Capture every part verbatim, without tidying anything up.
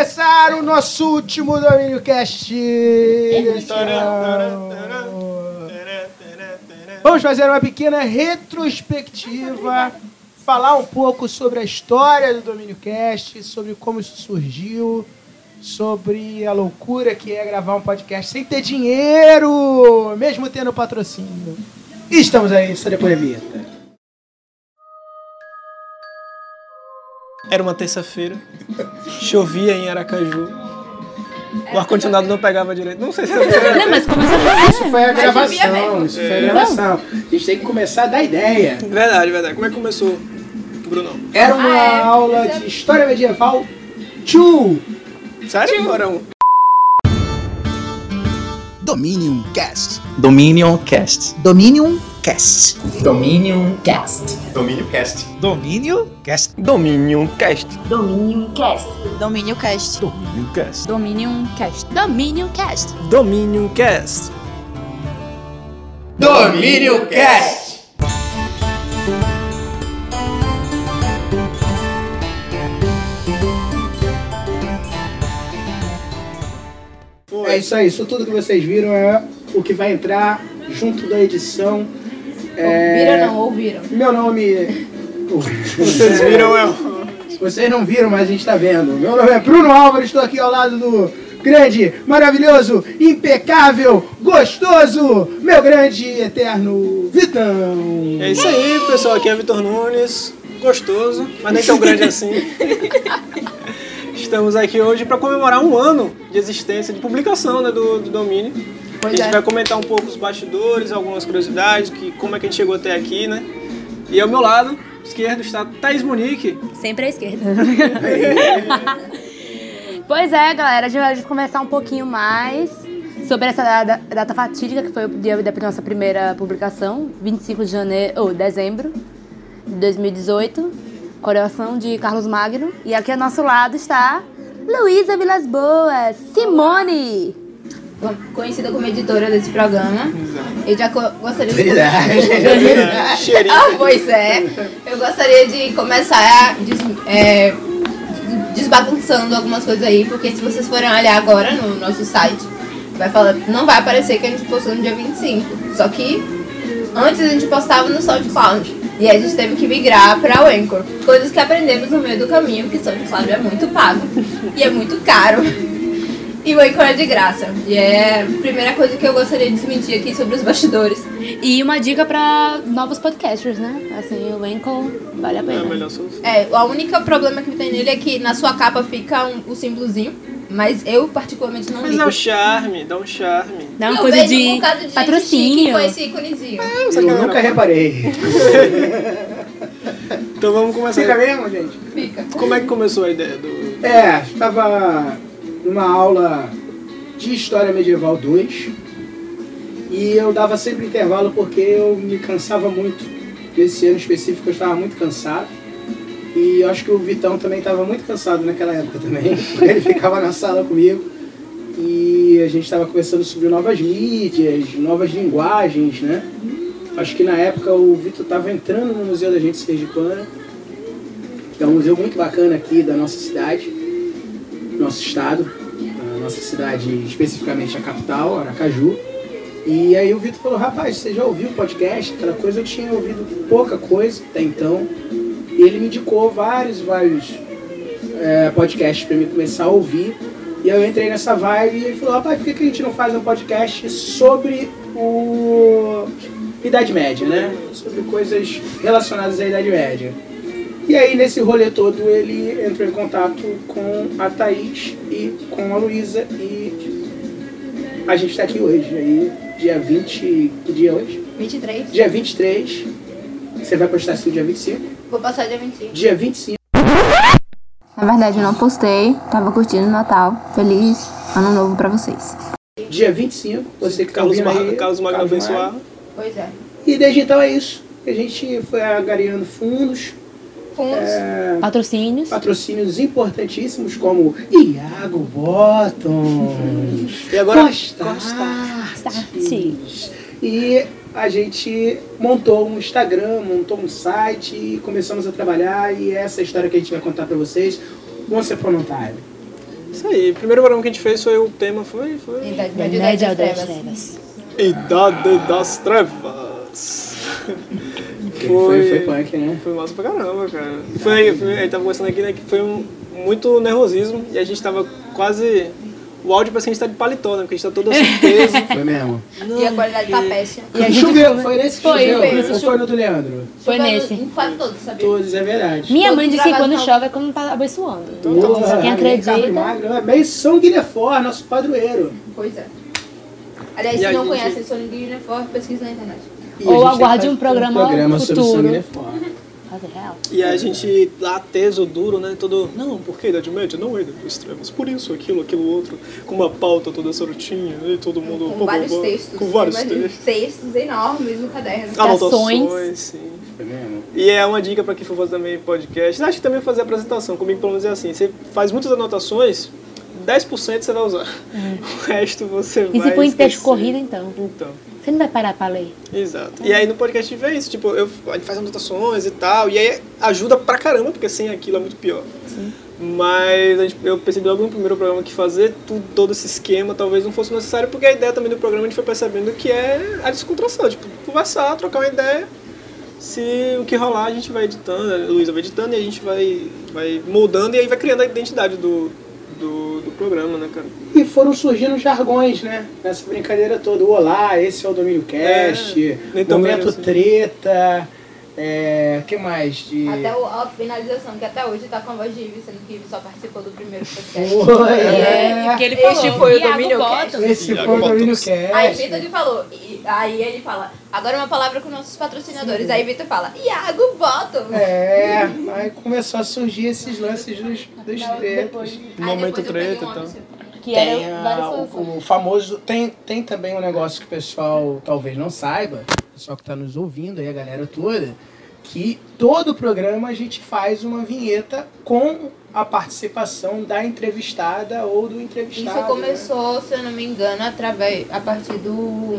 começar o nosso último Domínio Cast. Vamos fazer uma pequena retrospectiva, falar um pouco sobre a história do Domínio Cast, sobre como isso surgiu, sobre a loucura que é gravar um podcast sem ter dinheiro, mesmo tendo patrocínio. E estamos aí, só depois da vinheta. Era uma terça-feira, chovia em Aracaju, o ar-condicionado não pegava direito. Não sei se é Não, mas começou a Isso foi a gravação, isso foi a gravação. A gente tem que começar a dar ideia. Verdade, verdade. Como é que começou, Brunão? Era uma Ah, é? aula de História Medieval dois. Sério? Agora um. Dominion Cast. Dominion Cast. Dominion Cast. Dominion Cast. Domínio Cast. Dominion Cast. Dominion Cast. Dominion Cast. Domínio Cast. Dominion Cast. Dominion Cast. Dominion Cast. Dominion Cast. Domínio Cast. É isso aí, isso tudo que vocês viram é o que vai entrar junto da edição. É... Ouviram ou não ouviram? Meu nome... Vocês viram, é... Vocês não viram, mas a gente tá vendo. Meu nome é Bruno Álvares, estou aqui ao lado do grande, maravilhoso, impecável, gostoso, meu grande e eterno Vitão. É isso aí, pessoal. Aqui é Vitor Nunes, gostoso, mas nem tão grande assim. Estamos aqui hoje para comemorar um ano de existência, de publicação, né, do, do domínio. Pois a gente é. vai comentar um pouco os bastidores, algumas curiosidades, que, como é que a gente chegou até aqui, né? E ao meu lado esquerdo está Thaís Monique. Sempre à esquerda. Pois é, galera, a gente vai conversar um pouquinho mais sobre essa data, data fatídica, que foi o dia da nossa primeira publicação, vinte e cinco de janeiro, ou dezembro de dois mil e dezoito, coroação de Carlos Magno. E aqui ao nosso lado está Luísa Vilas Boas, Simone. Conhecida como editora desse programa. Eu já co- gostaria de... Cheirinho. Ah, pois é. Eu gostaria de começar des- é, desbagunçando algumas coisas aí, porque se vocês forem olhar agora no nosso site, vai falar, não vai aparecer que a gente postou no dia vinte e cinco. Só que antes a gente postava no SoundCloud. E aí a gente teve que migrar para o Anchor. Coisas que aprendemos no meio do caminho, que SoundCloud é muito pago e é muito caro. E o Anchor é de graça. E é a primeira coisa que eu gostaria de desmentir aqui sobre os bastidores. E uma dica para novos podcasters, né? Assim, o Anchor vale a É a pena. melhor solução. É, o único problema que tem nele é que na sua capa fica um, o símbolozinho. Mas eu particularmente não Mas ligo. dá um charme, dá um charme. Dá uma eu coisa vejo de um bocado de gente patrocínio. chique com esse íconezinho. Eu nunca reparei. Então vamos começar. Fica mesmo, gente? Fica. Como é que começou a ideia do... É, estava numa aula de História Medieval dois e eu dava sempre intervalo porque eu me cansava muito. Nesse ano específico eu estava muito cansado e eu acho que o Vitão também estava muito cansado naquela época também. Ele ficava na sala comigo e a gente estava conversando sobre novas mídias, novas linguagens, né? Acho que na época o Vitor estava entrando no Museu da Gente Sergipana, que é um museu muito bacana aqui da nossa cidade, nosso estado, a nossa cidade, especificamente a capital, Aracaju. E aí o Vitor falou, rapaz, você já ouviu o podcast? Aquela coisa, eu tinha ouvido pouca coisa até então. E ele me indicou vários, vários é, podcasts para mim começar a ouvir. E eu entrei nessa vibe e ele falou, rapaz, por que que a gente não faz um podcast sobre o... Idade Média, né? Sobre coisas relacionadas à Idade Média. E aí, nesse rolê todo, ele entrou em contato com a Thaís e com a Luísa e a gente está aqui hoje. Aí, dia vinte... Que dia é hoje? vinte e três. Dia vinte e três. Você vai postar isso no dia vinte e cinco? Vou passar dia vinte e cinco. Dia vinte e cinco. Na verdade eu não postei, tava curtindo o Natal. Feliz Ano Novo pra vocês. Dia vinte e cinco. Você que tá Carlos, ouvindo Mar... aí. Carlos Magno abençoar. Pois é. E desde então é isso. A gente foi agariando fundos. Fundos. É... Patrocínios. Patrocínios importantíssimos como Iago Bottoms E agora... Costartes. E a gente montou um Instagram, montou um site e começamos a trabalhar. E essa é a história que a gente vai contar pra vocês. Once Upon a Time. Isso aí, o primeiro programa que a gente fez foi o tema, foi... foi... Idade Da Média Média das das Trevas. Trevas. Idade das Trevas. Foi, foi punk, né? Foi massa pra caramba, cara. Foi, foi, a gente tava conversando aqui, né, que foi um, muito nervosismo e a gente tava quase... O áudio parece que a gente tá de paletó, né? Porque a gente tá todo assim, peso. Foi mesmo. E a qualidade tá péssima. E a gente Choveu, foi nesse que Foi, choveu? foi, Ou foi no do Leandro? Foi Choveu nesse. Em quase todos, sabia? Todos, é verdade. Minha mãe Todos disse que quando gravados chove é quando tá abençoando. Porra, Quem acredita? Carlos Magno, é bem São Guilherme, nosso padroeiro. Pois é. Aliás, E se a não gente- conhecem Sonic Uniform, pesquisa na internet. E Ou a gente aguarde faz um programa programa sobre futuro. São Guilherme. Fazer real. E a gente lá teso, duro, né? Todo. Não, porque Idade Média não é Idade das Trevas. Por isso, aquilo, aquilo outro. Com uma pauta toda certinha, e todo mundo. Com pô, vários pô, pô, textos. Com vários Imagina, textos. textos enormes no caderno. Anotações, sim. Foi mesmo? E é uma dica pra quem for fazer também podcast. Acho que também fazer apresentação. Comigo, pelo menos, é assim. Você faz muitas anotações, dez por cento você vai usar. O resto você vai. E se for em texto esquecer. corrido, então? Então. Você não vai parar pra ler. Exato. E aí no podcast a gente vê isso, tipo, eu, a gente faz anotações e tal, e aí ajuda pra caramba, porque sem aquilo é muito pior. Sim. Mas a gente, eu percebi logo no primeiro programa que fazer tudo, todo esse esquema talvez não fosse necessário, porque a ideia também do programa a gente foi percebendo que é a descontração, tipo, conversar, trocar uma ideia, se o que rolar a gente vai editando, a Luísa vai editando e a gente vai, vai moldando e aí vai criando a identidade do, do, do programa, né, cara? E foram surgindo jargões, né? Nessa brincadeira toda. O Olá, esse é o Domínio Cast, É, nem tão Momento velho assim. Treta, é, que mais? De... Até o, a finalização, que até hoje tá com a voz de Ivy, sendo que Ivy só participou do primeiro podcast. Foi, É, é. porque ele Este falou. foi o Iago Domínio Bottom. Cast. Esse Iago foi o Domínio Bottoms. Aí Cast. Vitor que falou, e aí ele fala, agora uma palavra com nossos patrocinadores. Aí Vitor fala, Iago Bottom. É, aí começou a surgir esses lances dos, dos tretas. Momento treta e tal. Que Tem era a- várias o, soluções. o famoso. Tem, tem também um negócio que o pessoal talvez não saiba, o pessoal que está nos ouvindo aí, a galera toda, que todo programa a gente faz uma vinheta com a participação da entrevistada ou do entrevistado. Isso começou, se eu não me engano, através, a partir do,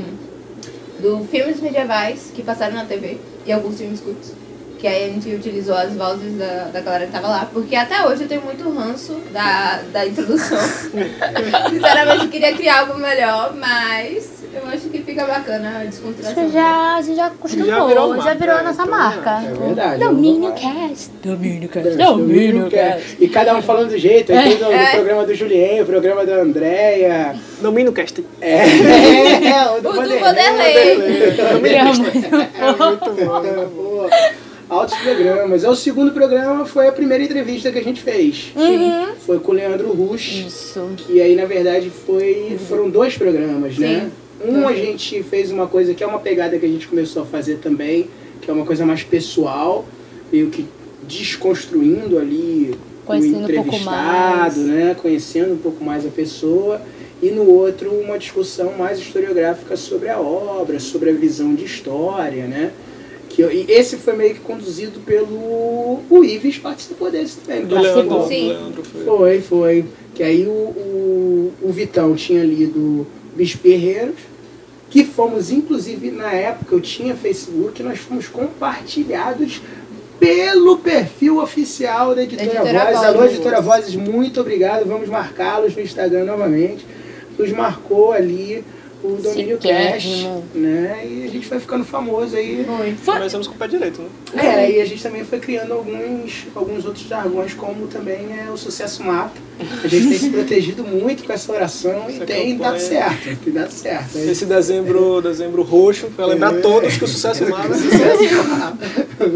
do filmes medievais que passaram na T V e alguns filmes curtos. Que aí a gente utilizou as vozes da, da galera que tava lá, porque até hoje eu tenho muito ranço da, da introdução. Sinceramente, eu queria criar algo melhor, mas eu acho que fica bacana a descontração. Isso já, a gente já acostumou, Já já virou virou, marca, a nossa então, marca. é verdade. Domínio Eu- Cast. Domínio Cast. Domínio Domínio Cast. Cast. E cada um falando do jeito. Aí tem o, É. o programa do Julien, o programa da Andréia. Domínio Cast. É, é, o do O do Vanderlei. Vanderlei. Que é muito É, pô, altos programas. É o segundo programa, foi a primeira entrevista que a gente fez. Foi com o Leandro Rusch. Isso. E aí, na verdade, foi, foram dois programas, né? Um a gente fez uma coisa que é uma pegada que a gente começou a fazer também, que é uma coisa mais pessoal, meio que desconstruindo ali Conhecendo o um pouco entrevistado, mais. né? Conhecendo um pouco mais a pessoa. E no outro, uma discussão mais historiográfica sobre a obra, sobre a visão de história, né? Que, eu- e esse foi meio que conduzido pelo... O Ives participou desse também. Do participou. Leandro, do Sim. Leandro foi. Foi, foi. Que aí o, o, o Vitão tinha lido Bispo Guerreiros, que fomos, inclusive, na época eu tinha Facebook, nós fomos compartilhados pelo perfil oficial da Editora, Editora Voz. Voz. Alô, Editora Vozes, muito obrigado. Vamos marcá-los no Instagram novamente. Nos marcou ali o Domínio Cast, Chiquérrimo. né? E a gente foi ficando famoso aí. Foi. Começamos com o pé direito, né? É, e a gente também foi criando alguns, alguns outros jargões, como também é o Sucesso Mata. A gente tem se protegido muito com essa oração e Essa tem campanha. dado certo, tem dado certo. Esse dezembro, dezembro roxo, pra lembrar É. todos que o sucesso mata. Sucesso Mata.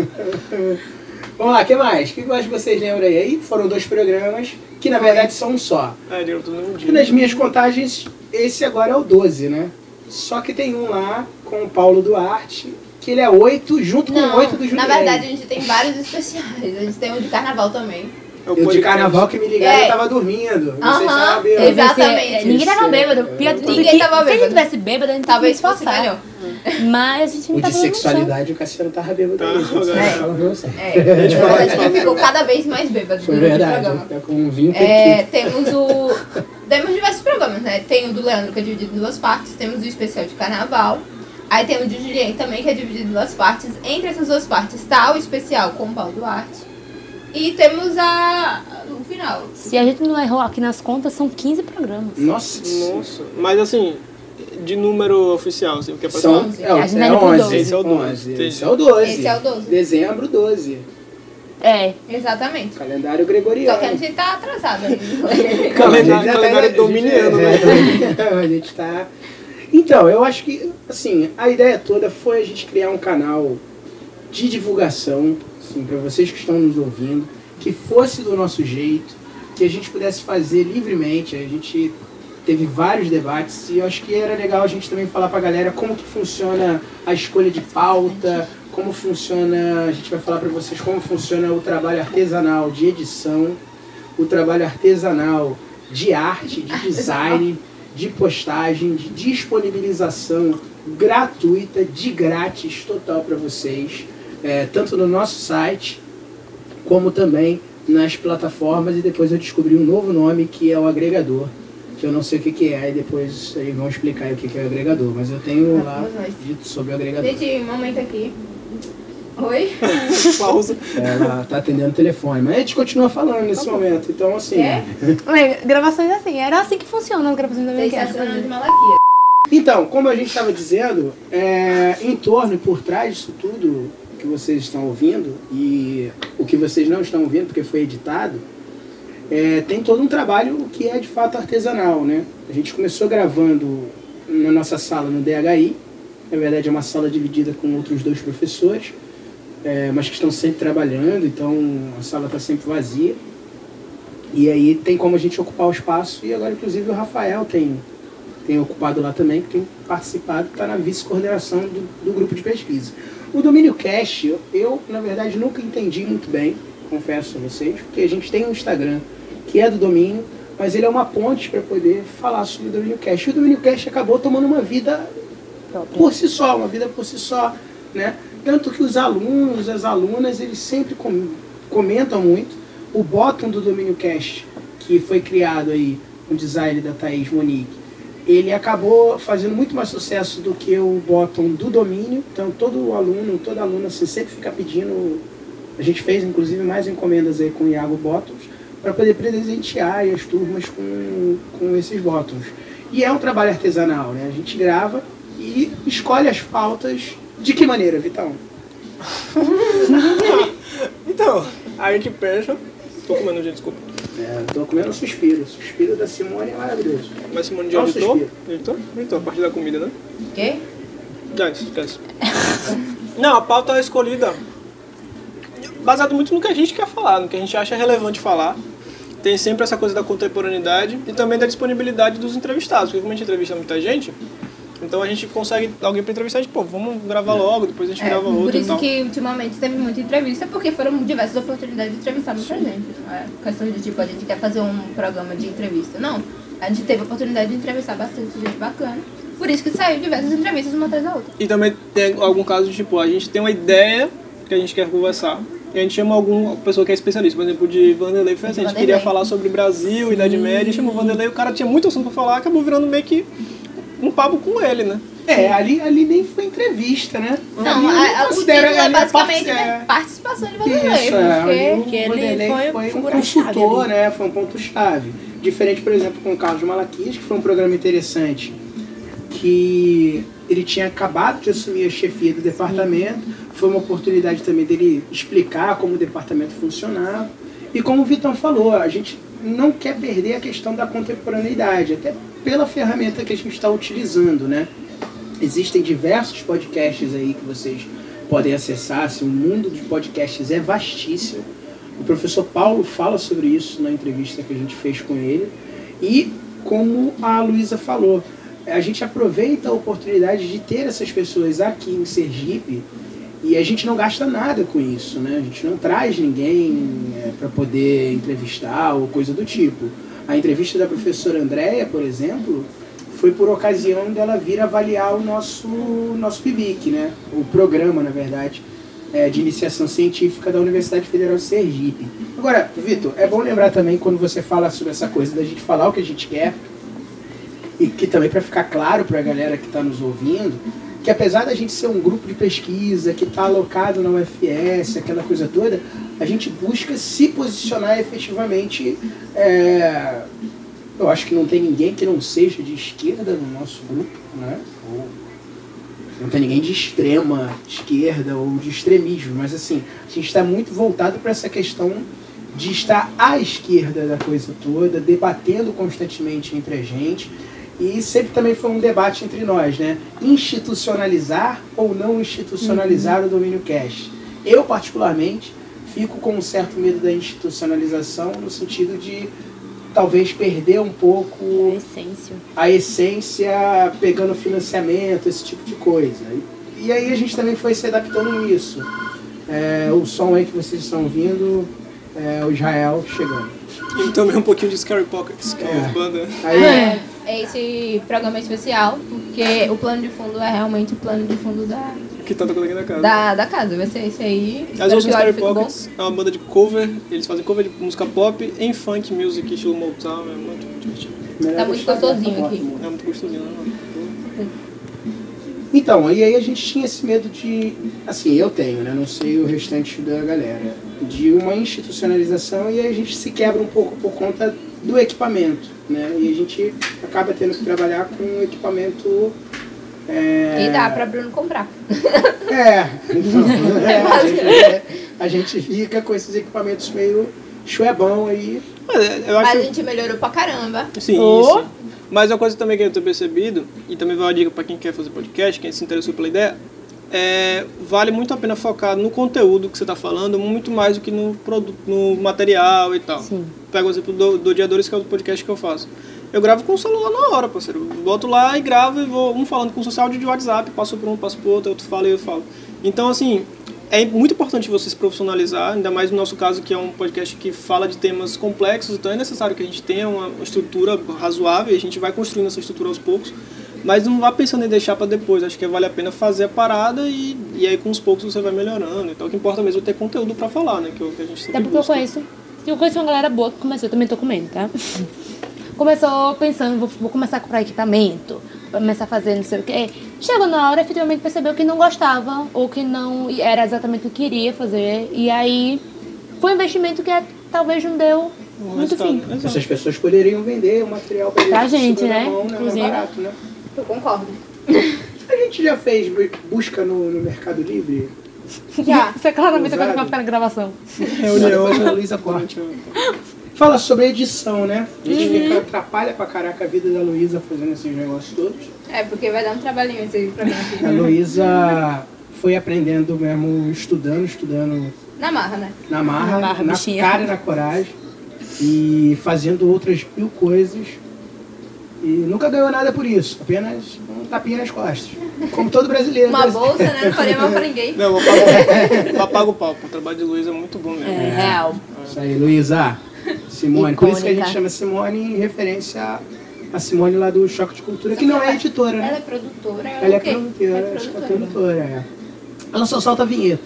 Vamos lá, o que mais? O que mais vocês lembram aí? Aí foram dois programas, que na verdade são um só. É, direto tudo no mesmo E dia. nas minhas contagens, esse agora é o doze, né? Só que tem um lá com o Paulo Duarte, que ele é oito, junto com o Não, oito do Juliette. na verdade a gente tem vários especiais. A gente tem um de carnaval também. É o Eu de podcast. carnaval que me ligaram, É. eu tava dormindo. Vocês Aham, estavam exato. bêbados. Exatamente. Ninguém tava bêbado. Pior de tudo Ninguém que, tava Se a bêbado. gente tivesse bêbado, a gente Talvez tava fosse melhor. Mas a gente não O de tava no chão. sexualidade, o Cassiano tava bêbado. Tá, aí, gente. é. Fala pra você. É, na verdade a gente ficou cada vez mais bêbado Foi durante o verdade, programa. tá com um vinho É, pequeno. temos o. Temos diversos programas, né? Tem o do Leandro, que é dividido em duas partes. Temos o especial de carnaval. Aí tem o de Julien também, que é dividido em duas partes. Entre essas duas partes tá o especial com o Paulo Duarte. E temos a, o final. Se a gente não errou aqui nas contas, são quinze programas. Nossa. Nossa. Mas assim, de número oficial, assim, o que é pra São, falar? é, A gente é ainda tem onze. doze. Esse é o doze. onze. Entendi. Esse é o doze. Esse é o doze. Dezembro, doze. É. Exatamente. Calendário gregoriano. Só que a gente tá atrasado ainda. Calendário- A gente já tá- calendário a gente- dominiano, é, né? é, a gente tá... Então, eu acho que, assim, a ideia toda foi a gente criar um canal de divulgação, assim, para vocês que estão nos ouvindo, que fosse do nosso jeito, que a gente pudesse fazer livremente. A gente teve vários debates e eu acho que era legal a gente também falar pra galera como que funciona a escolha de pauta, como funciona, a gente vai falar para vocês como funciona o trabalho artesanal de edição, o trabalho artesanal de arte, de design, de postagem, de disponibilização gratuita, de grátis, total para vocês, é, tanto no nosso site, como também nas plataformas, e depois eu descobri um novo nome que é o agregador, que eu não sei o que, que é, aí depois eles vão explicar aí o que, que é o agregador, mas eu tenho lá dito sobre o agregador. Gente, um momento aqui. Oi? Pausa. Ela tá atendendo o telefone, mas a gente continua falando nesse momento, então assim... É? Ué, gravações assim, era assim que funcionam as gravações da minha Vocês casa. estão de malaquia. Então, como a gente estava dizendo, é, em torno e por trás disso tudo que vocês estão ouvindo e o que vocês não estão ouvindo porque foi editado, é, tem todo um trabalho que é de fato artesanal, né? A gente começou gravando na nossa sala no D H I, na verdade é uma sala dividida com outros dois professores, é, mas que estão sempre trabalhando, então a sala está sempre vazia. E aí tem como a gente ocupar o espaço, e agora inclusive o Rafael tem, tem ocupado lá também, que tem participado, está na vice-coordenação do, do grupo de pesquisa. O Domínio Cast, eu, eu na verdade nunca entendi muito bem, confesso a vocês, porque a gente tem um Instagram que é do Domínio, mas ele é uma ponte para poder falar sobre o Domínio Cast. E o Domínio Cast acabou tomando uma vida por si só, uma vida por si só, né? Tanto que os alunos, as alunas, eles sempre com, comentam muito. O bottom do Domínio Cast, que foi criado aí, um design da Thaís Monique, ele acabou fazendo muito mais sucesso do que o bottom do domínio. Então todo aluno, toda aluna assim, sempre fica pedindo. A gente fez inclusive mais encomendas aí com o Iago Bottoms para poder presentear as turmas com, com esses bottoms. E é um trabalho artesanal, né? A gente grava e escolhe as pautas. De que maneira, Vitão? Então, a gente pensa... Tô comendo, gente, desculpa. É, tô comendo um suspiro. O suspiro da Simone é maravilhoso. Mas Simone de Qual editor? suspiro? Editor? Editor, a partir da comida, né? Quê? Já, esquece. Não, a pauta é escolhida baseado muito no que a gente quer falar, no que a gente acha relevante falar. Tem sempre essa coisa da contemporaneidade e também da disponibilidade dos entrevistados, porque como a gente entrevista muita gente, então a gente consegue alguém para entrevistar, a gente, pô, vamos gravar logo, depois a gente É, grava por outro e isso tal. que ultimamente teve muita entrevista, porque foram diversas oportunidades de entrevistar muita gente. Não é questão de tipo, a gente quer fazer um programa de entrevista. Não, a gente teve a oportunidade de entrevistar bastante gente bacana. Por isso que saiu diversas entrevistas uma atrás da outra. E também tem algum caso de tipo, a gente tem uma ideia que a gente quer conversar. E a gente chama alguma pessoa que é especialista, por exemplo, de Vanderlei foi assim, a gente Vanderlei. queria falar sobre Brasil, Idade Média, chamou o Vanderlei, o cara tinha muito assunto pra falar, acabou virando meio que um papo com ele, né? É, ali, ali nem foi entrevista, né? Não, Ali eu nem a, a, o considero título é ali basicamente parte- né, é. participação de Vanderlei, Isso, é, ali porque o que ele Vanderlei foi foi, um figura-chave consultor, ali. né? Foi um ponto-chave. Diferente, por exemplo, com o Carlos Malaquias, que foi um programa interessante, que ele tinha acabado de assumir a chefia do departamento, foi uma oportunidade também dele explicar como o departamento funcionava. E como o Vitão falou, a gente não quer perder a questão da contemporaneidade, até pela ferramenta que a gente está utilizando, né? Existem diversos podcasts aí que vocês podem acessar, assim, o mundo dos podcasts é vastíssimo. O professor Paulo fala sobre isso na entrevista que a gente fez com ele. E como a Luísa falou, a gente aproveita a oportunidade de ter essas pessoas aqui em Sergipe e a gente não gasta nada com isso, né? A gente não traz ninguém é, para poder entrevistar ou coisa do tipo. A entrevista da professora Andréia, por exemplo, foi por ocasião dela vir avaliar o nosso, nosso P I B I C, né? O programa, na verdade, é, de iniciação científica da Universidade Federal de Sergipe. Agora, Vitor, é bom lembrar também, quando você fala sobre essa coisa da gente falar o que a gente quer, e que também para ficar claro para a galera que está nos ouvindo, que apesar da gente ser um grupo de pesquisa que está alocado na U F S, aquela coisa toda, a gente busca se posicionar efetivamente. É, eu acho que não tem ninguém que não seja de esquerda no nosso grupo, né? Ou não tem ninguém de extrema esquerda ou de extremismo, mas assim, a gente está muito voltado para essa questão de estar à esquerda da coisa toda, debatendo constantemente entre a gente. E sempre também foi um debate entre nós, né? Institucionalizar ou não institucionalizar uhum. o Domínio Cast. Eu, particularmente, fico com um certo medo da institucionalização, no sentido de talvez perder um pouco a essência, a essência pegando financiamento, esse tipo de coisa. E, e aí a gente também foi se adaptando nisso. É, o som aí que vocês estão ouvindo é o Israel chegando. E também um pouquinho de Scary Pockets, que é, é a banda. Aí, é, esse programa é especial, porque o plano de fundo é realmente o plano de fundo da... Que tá tocando aqui na casa. Da, da casa, vai ser esse aí. As outras Scary Pockets é uma banda de cover, eles fazem cover de música pop em funk music, estilo Motown, é muito divertido. Tá muito gostosinho aqui. É muito gostosinho, né? Então, e aí a gente tinha esse medo de, assim, eu tenho, né, não sei o restante da galera, de uma institucionalização, e aí a gente se quebra um pouco por conta do equipamento, né, e a gente acaba tendo que trabalhar com um equipamento... É... E dá pra Bruno comprar. É, então, é, a, gente, a gente fica com esses equipamentos meio chuebão aí. Mas, eu Mas acho... a gente melhorou pra caramba. Sim, oh. sim. Mas uma coisa também que eu tenho percebido, e também vai uma dica para quem quer fazer podcast, quem se interessou pela ideia, é, vale muito a pena focar no conteúdo que você está falando, muito mais do que no, produto, no material e tal. Sim. Pega o exemplo do, do Odiadores, que é o podcast que eu faço. Eu gravo com o celular na hora, parceiro. Eu boto lá e gravo e vou um falando com o social de WhatsApp, passo para um, passo para o outro, outro fala e eu falo. Então, assim, é muito importante você se profissionalizar, ainda mais no nosso caso, que é um podcast que fala de temas complexos, então é necessário que a gente tenha uma estrutura razoável, e a gente vai construindo essa estrutura aos poucos, mas não vá pensando em deixar para depois, acho que vale a pena fazer a parada e, e aí com os poucos você vai melhorando. Então o que importa mesmo é ter conteúdo para falar, né, que, é o que a gente sempre Até porque busca. eu conheço, eu conheço uma galera boa que começou, eu também tô comendo, tá? Começou pensando, vou, vou começar a comprar equipamento, começar a fazer não sei o quê. Chegou na hora, efetivamente percebeu que não gostava, ou que não era exatamente o que queria fazer. E aí, foi um investimento que é, talvez não deu Um muito fim. Exato. Essas pessoas poderiam vender o material pra, Pra eles gente, segura né? na mão, né? Inclusive. Mais barato, né? Eu concordo. A gente já fez busca no, no Mercado Livre? Já. Isso é claramente a coisa Usado. que vai ficar na gravação. Reunião com a Luísa Corte. Fala sobre edição, né? A gente uhum. fica, atrapalha pra caraca a vida da Luísa fazendo esses negócios todos. É, porque vai dar um trabalhinho esse aí pra mim aqui. A Luísa foi aprendendo mesmo, estudando, estudando Na marra, né? na marra, Na marra, na bichinha. cara e na coragem. E fazendo outras mil coisas. E nunca ganhou nada por isso, apenas um tapinha nas costas. Como todo brasileiro. Uma bolsa, né? Não faria mal pra ninguém. Não, eu pago, eu pago o pau, o trabalho de Luiz é muito bom mesmo. É, real. Isso aí, Luísa. Simone. Por isso que a gente Icônica. chama Simone em referência a Simone lá do Choque de Cultura, que não é editora, Ela é né? produtora, ela, Ela é o quê? produtora, É acho que é produtora. produtora, é. Ela só solta a vinheta.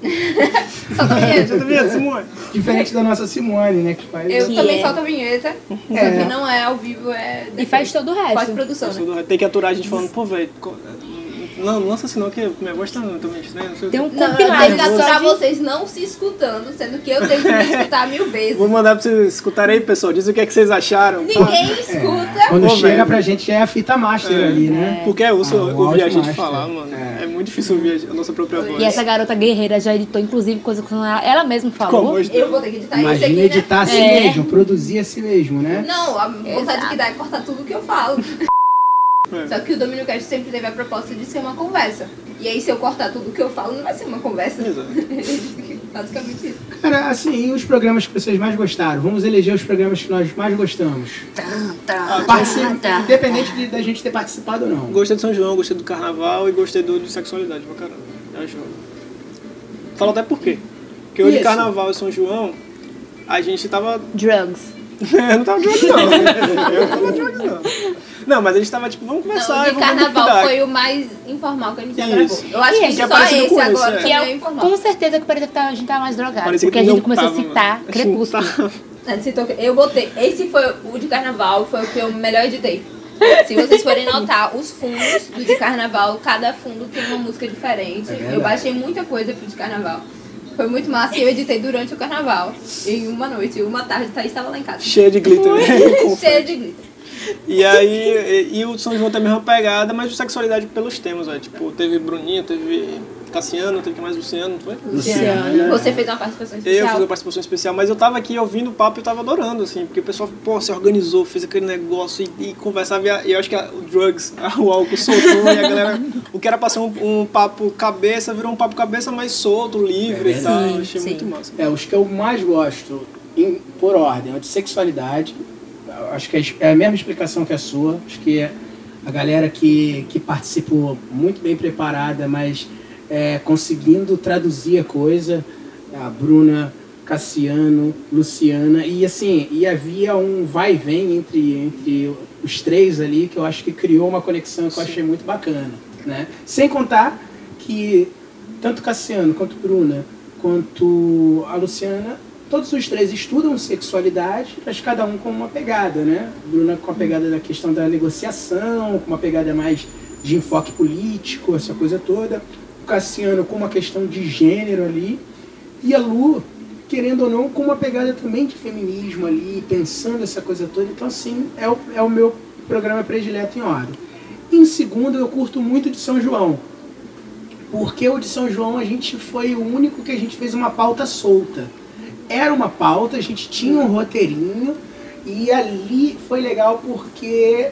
Solta a vinheta. Você tá vendo, Simone? Diferente da nossa Simone, né? Que faz. Eu Que também é. solto a vinheta, só É. que não é ao vivo, é E faz todo o resto. pós-produção, né? Tem que aturar a gente falando, pô, velho, co- não, não lança assim não, que minha voz tá também estranha, não sei o Tem quê. um Não, eu compilado. tenho que só aturar de- vocês não se escutando, sendo que eu tenho que me escutar mil vezes. Vou mandar pra vocês escutarem aí, pessoal, diz o que é que vocês acharam. Ninguém escuta. Quando Pô, chega velho. pra gente já é a fita master É. ali, né? Porque eu ouço, Ah, o ouvir a áudio gente master. falar, mano. É. É. muito difícil ouvir a nossa própria voz. E essa garota guerreira já editou, inclusive, coisa que ela, ela mesma falou. Com a voz Eu dela. vou ter que editar isso Imagina aqui, né? editar a si É. mesmo, produzir a si mesmo, né? Não, a vontade Exato. que dá é cortar tudo que eu falo. É. Só que o Domínio Cast sempre teve a proposta de ser uma conversa. E aí, se eu cortar tudo que eu falo, não vai ser uma conversa. Exato. Basicamente isso. Cara, assim, e os programas que vocês mais gostaram? Vamos eleger os programas que nós mais gostamos. Participe, independente de, da gente ter participado ou não. Gostei de São João, gostei do Carnaval e gostei do de sexualidade pra caramba. Acho. Fala até por quê. Porque hoje Isso. Carnaval e São João, a gente tava... Drugs. Eu não tava de olho, não. Eu não tava de olho, não. Não, mas a gente tava tipo, vamos conversar Não, e o de vamos ver o que carnaval dá. foi o mais informal que a gente já Isso. gravou. Eu acho E que esse é só parecido esse com esse, agora é. que Que é é, informal. com certeza que parecia que a gente tava mais drogado. Parecia Porque que a gente não começou tava, a citar mano. Crepúsculo. Tava. Né, citou que- Eu botei. Esse foi o de carnaval, foi o que eu melhor editei. Se vocês forem notar, os fundos do de carnaval, cada fundo tem uma música diferente. É verdade. eu baixei muita coisa pro de carnaval. Foi muito massa e eu editei durante o carnaval. Em uma noite, uma tarde, Thaís estava lá em casa. Cheia de glitter. Cheia de glitter. E aí, e, e o São João tem a mesma pegada, mas de sexualidade pelos temas, velho. Tipo, teve Bruninho, teve Cassiano, teve mais Luciano, não foi? Luciano. Você fez uma participação especial. Eu fiz uma participação especial, mas eu tava aqui ouvindo o papo e eu tava adorando, assim, porque o pessoal, pô, se organizou, fez aquele negócio e, e conversava, e eu acho que a, o drugs, a, o álcool soltou, e a galera, o que era pra ser um, um papo cabeça, virou um papo cabeça mais solto, livre é e tal, sim, achei sim. muito massa. É, os que eu mais gosto, em, por ordem, é o de sexualidade. Acho que é a mesma explicação que a sua. Acho que a galera que, que participou muito bem preparada, mas é, conseguindo traduzir a coisa. A Bruna, Cassiano, Luciana. E assim, e havia um vai e vem entre, entre os três ali, que eu acho que criou uma conexão que eu achei muito bacana. Né? Sem contar que tanto Cassiano, quanto Bruna, quanto a Luciana, todos os três estudam sexualidade, mas cada um com uma pegada, né? Bruna com a pegada da questão da negociação, com uma pegada mais de enfoque político, essa coisa toda. O Cassiano com uma questão de gênero ali. E a Lu, querendo ou não, com uma pegada também de feminismo ali, pensando essa coisa toda. Então, assim, é o, é o meu programa predileto em ordem. Em segundo, eu curto muito de São João. Porque o de São João, a gente foi o único que a gente fez uma pauta solta. Era uma pauta, a gente tinha um roteirinho e ali foi legal porque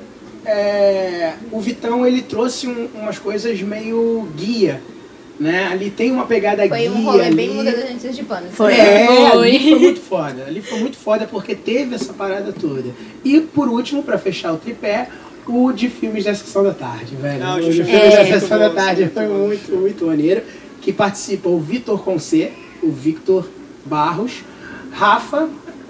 é, o Vitão ele trouxe um, umas coisas meio guia, né? Ali tem uma pegada Foi guia. um rolê ali. bem muda da gente de pano. Foi. É, Foi. ali foi muito foda. Ali foi muito foda porque teve essa parada toda. E por último, pra fechar o tripé, o de filmes da Sessão da Tarde, velho. Ah, o o de de filmes filmes é da muito Sessão bom, da Tarde muito foi bom. muito, muito maneiro. Que participa o Vitor Conce, o Victor Barros, Rafa,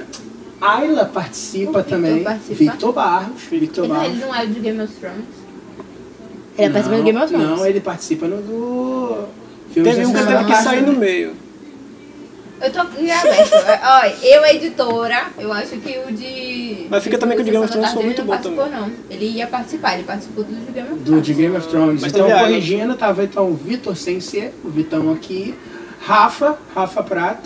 Ayla participa O Victor também. participa? Victor Barros. Victor Ele, Barros. ele não é de Game of Thrones. Ele participa do Game of Thrones. Não, ele participa no do filme Teve um que teve que sair no meio. Eu tô aqui aberto. Olha, eu, editora, eu acho que o de... Mas fica também que o de Game of Thrones foi muito bom Ele não participou, não. Ele ia participar, ele participou do de Game of Do Thrones. de Game of Thrones. Mas então, teve a- corrigindo, tava então o Vitor sem ser, o Vitão aqui, Rafa, Rafa Prata,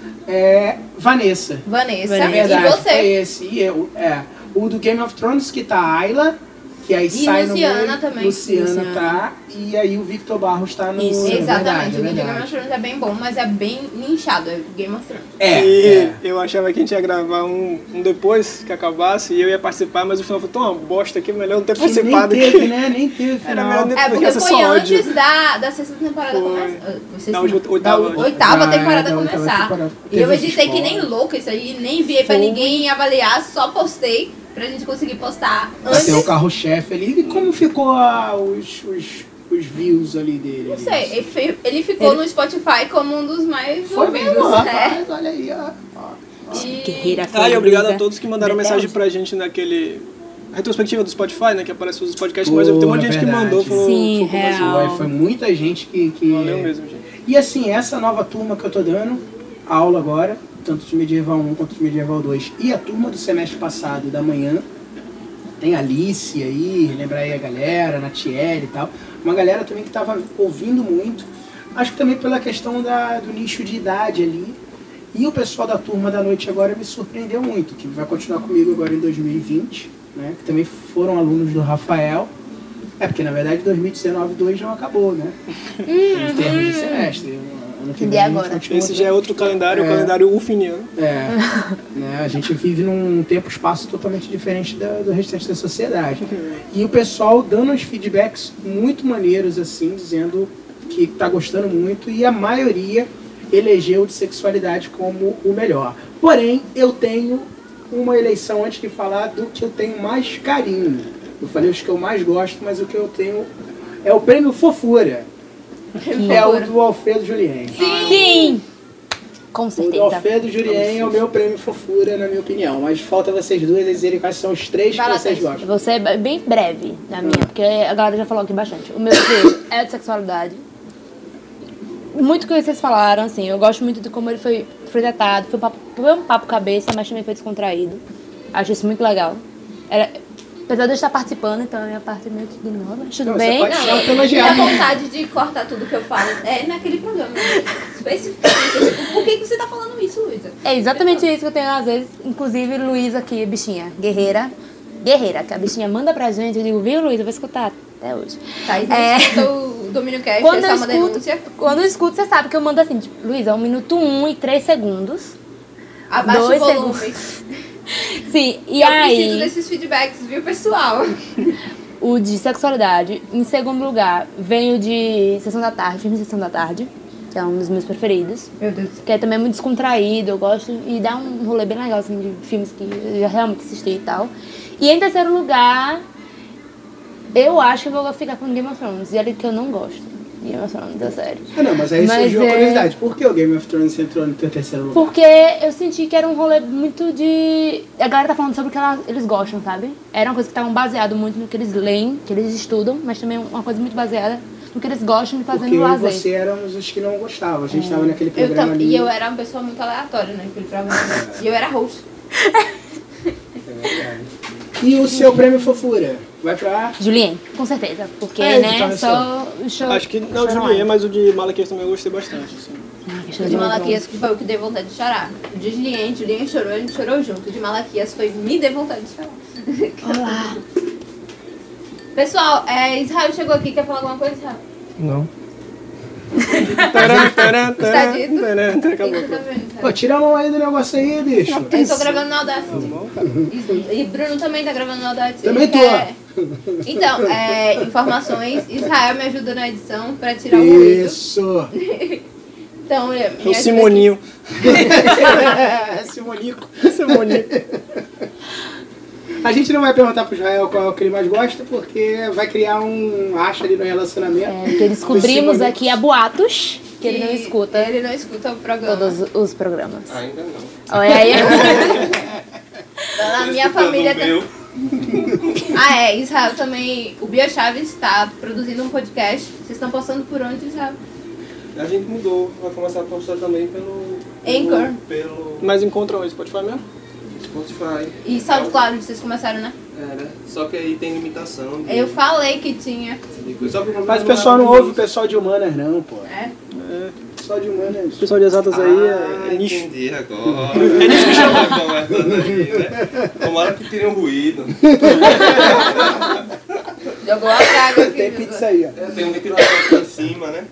é, Vanessa. Vanessa, Na e verdade, foi você. esse. E eu, é. O do Game of Thrones, que tá a Ayla, que aí E sai Luciana no meio. também. Luciana, Luciana. tá. E aí o Victor Barros tá no... Isso. é Exatamente, verdade, o é de Game of verdade. Thrones é bem bom, mas é bem nichado, é Game of Thrones. É, E é. eu achava que a gente ia gravar um, um depois que acabasse e eu ia participar, mas o final foi tão uma bosta que é melhor não ter Que nem participado. teve, que... né? Nem teve Era final. melhor nem- É, porque Porque essa foi só ódio. antes da, da sexta temporada Foi. começar. Ah, foi sexta Da não. oitava- oitava. Da oitava Da- temporada da oitava começar. temporada. E eu Teve os editei que nem spoilers. louca isso aí, nem enviei pra Foi. ninguém avaliar, só postei pra gente conseguir postar Vai antes. ter o carro-chefe ali. E como ficou ah, os, os, os views ali dele? Não sei, ele, fi- ele ficou no Spotify como um dos mais Foi ouvidos, mesmo, né? rapaz. Olha aí, ó. E... Guerreira Ah, e obrigado a Feliza. todos que mandaram Verdade. mensagem pra gente naquele... retrospectiva do Spotify, né? Que aparece os podcasts, mas tem um monte de gente que Porra, mandou. verdade. Falou, Sim, falou mais- real. Foi, foi muita gente que... que... Valeu mesmo, gente. E assim, essa nova turma que eu tô dando aula agora, tanto de Medieval um quanto de Medieval dois, e a turma do semestre passado, da manhã, tem a Alice aí, lembra aí a galera, a Natiele e tal. Uma galera também que tava ouvindo muito. Acho que também pela questão da, do nicho de idade ali. E o pessoal da turma da noite agora me surpreendeu muito, que vai continuar comigo agora em dois mil e vinte, né? Que também foram alunos do Rafael. É, porque na verdade dois mil e dezenove dois não acabou, né? Em termos de semestre. Ano que E vem a gente agora? continua Esse já é outro calendário, o É. calendário ufiniano. é, né, a gente vive num tempo e espaço totalmente diferente da- do restante da sociedade. E o pessoal dando uns feedbacks muito maneiros, assim, dizendo que tá gostando muito, e a maioria elegeu o de sexualidade como o melhor. Porém, eu tenho uma eleição antes de falar do que eu tenho mais carinho. Eu falei os que eu mais gosto, mas o que eu tenho é o prêmio Fofura. É o do Alfredo Julien. Sim! Com O do certeza. Alfredo Julien é o meu prêmio Fofura, na minha opinião. Mas falta vocês duas dizerem quais são os três Vai que lá, vocês Thaís. gostam. Eu vou ser bem breve na minha, porque a galera já falou aqui bastante. O meu primeiro é de sexualidade. Muito que vocês falaram, assim, eu gosto muito de como ele foi, foi tratado. Foi um, papo, foi um papo cabeça, mas também foi descontraído. Acho isso muito legal. Era, apesar de eu estar participando, então a minha parte meio que ignora, mas tudo Não, bem. você pode- Não, Não, e pelo a elogiado. vontade de cortar tudo que eu falo é naquele programa. especificamente, tipo, por que que você tá falando isso, Luísa? É exatamente isso que eu tenho às vezes. Inclusive, Luísa aqui, bichinha, guerreira. Guerreira, que a bichinha manda pra gente. Eu digo, viu, Luísa? Eu vou escutar até hoje. Tá, e É. escuta o Domínio Cast, Quando essa eu, é uma escuto, denúncia. quando eu escuto, você sabe que eu mando assim, tipo, Luísa, um minuto um e três segundos. Abaixa dois o volume. segundos. Sim, e eu aí... preciso desses feedbacks, viu, pessoal? O de sexualidade. Em segundo lugar, vem o de Sessão da Tarde, filme de Sessão da Tarde, que é um dos meus preferidos. Meu Deus. Que é também muito descontraído, eu gosto. E dá um rolê bem legal, assim, de filmes que eu já realmente assisti e tal. E em terceiro lugar, eu acho que eu vou ficar com Game of Thrones. E é que eu não gosto. Game of Thrones, é sério. Ah, não, mas aí Mas surgiu é- a curiosidade. Por que o Game of Thrones entrou no teu terceiro lugar? Porque eu senti que era um rolê muito de... A galera tá falando sobre o que ela- eles gostam, sabe? Era uma coisa que estavam baseado muito no que eles leem, que eles estudam, mas também uma coisa muito baseada no que eles gostam de fazer Porque no eu e lazer. você éramos os que não gostavam. A gente tava naquele Eu programa tam- ali. e eu era uma pessoa muito aleatória, né? Naquele programa. E eu era host. E o seu prêmio fofura? Vai pra... Julien, com certeza. Porque, É, né, então, só o show... Acho que não o show Julien, mas o de Malaquias também eu gostei bastante. Assim. show O de Malaquias que foi o que deu vontade de chorar. O de Julien, Julien chorou, a gente chorou junto. O de Malaquias foi me deu vontade de chorar. Olá. Pessoal, é, Israel chegou aqui, quer falar alguma coisa, Israel? Não. Taran, taran, Está taran, dito? taran, O que acabou. você tá vendo, Pô, Israel? tira a mão aí do negócio aí, bicho. Eu tô gravando no Audacity. E, e Bruno também tá gravando no Audacity. Também tô. É. Então, é, informações. Israel me ajuda na edição pra tirar o ruído. Isso. Então, me É ajuda o Simoninho. É Simonico. Simoninho. A gente não vai perguntar pro Israel qual é o que ele mais gosta, porque vai criar um acha ali no relacionamento. É, que descobrimos Esse aqui há boatos que ele não escuta Ele não escuta o programa. todos os programas. Ainda não. Olha aí. Na minha família... Tá... Ah, é. Israel também... O Bia Chaves está produzindo um podcast. Vocês estão postando por onde, Israel? A gente mudou, vai começar a postar também pelo... Anchor. Pelo Mas encontram o Spotify mesmo? Spotify. E SoundCloud, vocês começaram, né? É, né? Só que aí tem limitação. de- Eu falei que tinha. de coisa. Só que problema Mas o não é pessoal não muito ouve o pessoal de humanas, não, pô. É? O pessoal de humanas. O pessoal de exatas aí Ah, é, é nicho. entendi agora. É nicho que chama conversando aí, né? Tomara que tirem o ruído. Jogou a praga aqui. Tem pizza aí, ó. É, tem um ventilador aqui em cima, né?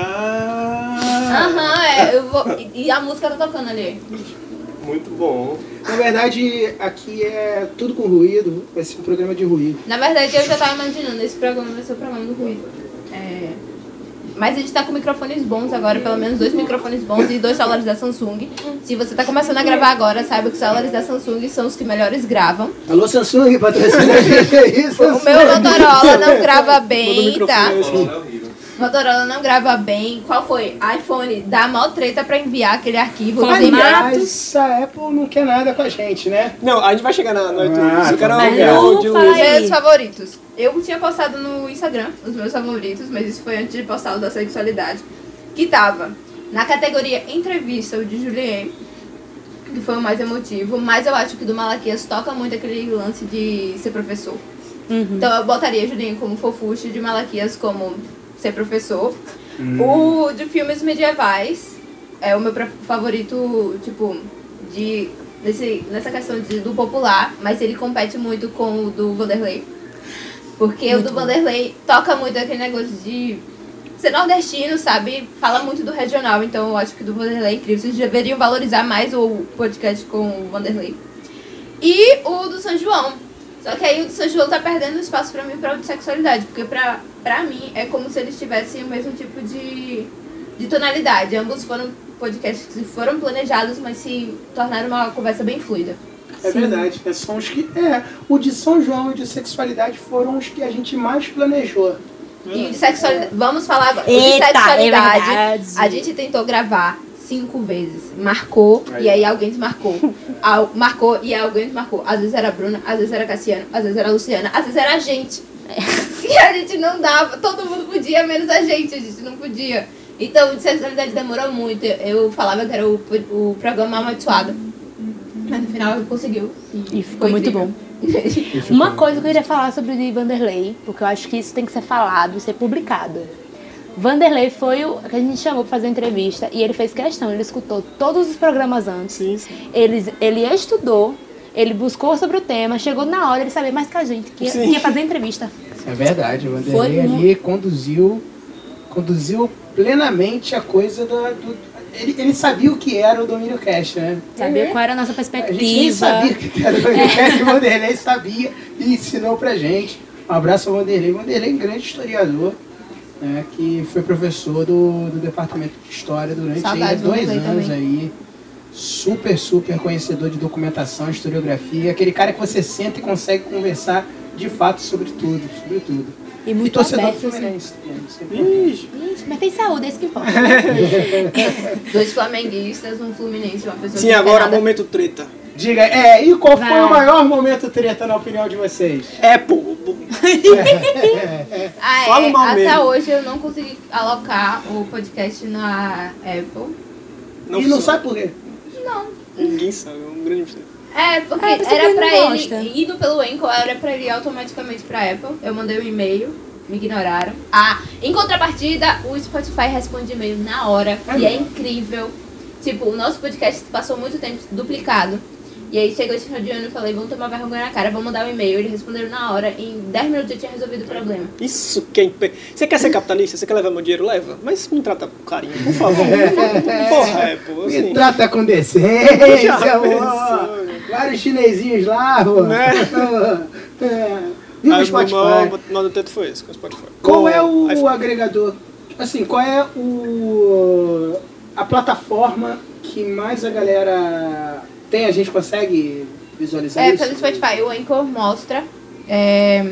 Ah! Aham, é. Eu vou... E e a música tá tocando ali. Muito bom. Na verdade, aqui é tudo com ruído. Vai ser um programa de ruído. Na verdade, eu já tava imaginando, esse programa vai ser o programa do ruído. É... Mas a gente tá com microfones bons agora, pelo menos dois microfones bons e dois celulares da Samsung. Se você tá começando a gravar agora, saiba que os celulares da Samsung são os que melhores gravam. Alô, Samsung, patrocina a gente aí, O Samsung. meu Motorola não grava Todo bem, microfone tá? é assim. É horrível. Motorola não grava bem. Qual foi? iPhone dá mó treta pra enviar aquele arquivo. Formato. Sempre- Aliás, a Apple não quer nada com a gente, né? Não, a gente vai chegar na, no iTunes. Ah, Eu quero tá. ouvir Mas não áudio. faz. Meus favoritos. Eu tinha postado no Instagram os meus favoritos, mas isso foi antes de postar o da sexualidade. Que tava na categoria entrevista, o de Julien, que foi o mais emotivo, mas eu acho que do Malaquias toca muito aquele lance de ser professor. Então eu botaria Julien como fofucho, de Malaquias como ser professor. O de filmes medievais é o meu pra- favorito, tipo, de nesse, nessa questão de, do popular, mas ele compete muito com o do Vanderlei. Porque o do Vanderlei toca muito aquele negócio de ser nordestino, sabe? Fala muito do regional, então eu acho que o do Vanderlei é incrível. Vocês deveriam valorizar mais o podcast com o Vanderlei. E o do São João. Só que aí o do São João tá perdendo espaço pra mim pra o de sexualidade, porque pra, pra mim é como se eles tivessem o mesmo tipo de, de tonalidade. Ambos foram podcasts que foram planejados, mas se tornaram uma conversa bem fluida. É verdade, né? São os que. É, o de São João e o de sexualidade foram os que a gente mais planejou. E de sexualidade, vamos falar agora. O de Eita, sexualidade, é verdade. a gente tentou gravar cinco vezes. Marcou Aí. e aí alguém desmarcou. Al- marcou e aí alguém desmarcou. Às vezes era a Bruna, às vezes era a Cassiano, às vezes era a Luciana, às vezes era a gente. E a gente não dava, todo mundo podia, menos a gente, a gente não podia. Então o de sexualidade demorou muito. Eu falava que era o, o programa amaldiçoado. Mas no final conseguiu. E ficou muito incrível. bom. Uma coisa que eu queria falar sobre o de Vanderlei, porque eu acho que isso tem que ser falado e ser publicado. Vanderlei foi o que a gente chamou pra fazer entrevista e ele fez questão, ele escutou todos os programas antes. Sim, sim. Ele, ele estudou, ele buscou sobre o tema, chegou na hora, ele sabia mais que a gente, que ia, que ia fazer entrevista. É verdade, o Vanderlei Foi ali conduziu, conduziu plenamente a coisa da, do... Ele, ele sabia o que era o Domínio Cast, né? Sabia qual era a nossa A gente nem perspectiva. sabia o que era o Domínio Cast, o Vanderlei sabia e ensinou pra gente. Um abraço ao Vanderlei. O Vanderlei é um grande historiador, né, que foi professor do, do Departamento de História durante aí, Saudade do dois Vanderlei anos também. aí. Super, super conhecedor de documentação, historiografia. Aquele cara que você senta e consegue conversar de fato sobre tudo, sobre tudo. E muito torcedor aberto, do Fluminense. também, isso é importante. Ixi, mas tem saúde, é isso que importa. Dois flamenguistas, um fluminense, uma pessoa Sim, que não agora tem nada. momento treta. Diga, é, e qual foi Vai. o maior momento treta na opinião de vocês? Apple. Ah, é. Fala mal Até mesmo. hoje eu não consegui alocar o podcast na Apple. Não e não funciona. sabe por quê? Não. Ninguém sabe, é um grande mistério. É, porque Ah, você era não pra gosta. ele, indo pelo Anchor, era pra ele ir automaticamente pra Apple. Eu mandei um e-mail, me ignoraram. Ah, em contrapartida, o Spotify responde e-mail na hora, e é incrível. Tipo, o nosso podcast passou muito tempo duplicado. E aí chegou esse final de ano e falei, vamos tomar vergonha na cara, vamos mandar um e-mail. Eles responderam na hora, em dez minutos eu tinha resolvido o problema. Isso que é impe... Você quer ser capitalista? Você quer levar meu dinheiro? Leva. Mas me trata com carinho, por favor. Porra, Apple. Me Assim. trata com decência, Já amor. pensou, né? Vários chinesinhos lá, pô. Né? É. Viva o Aí, Spotify. O maior nó do teto foi esse, com o Spotify. Qual é o iPhone. agregador? Assim, qual é o a plataforma que mais a galera tem? A gente consegue visualizar É, isso? pelo Spotify, o Anchor mostra. É,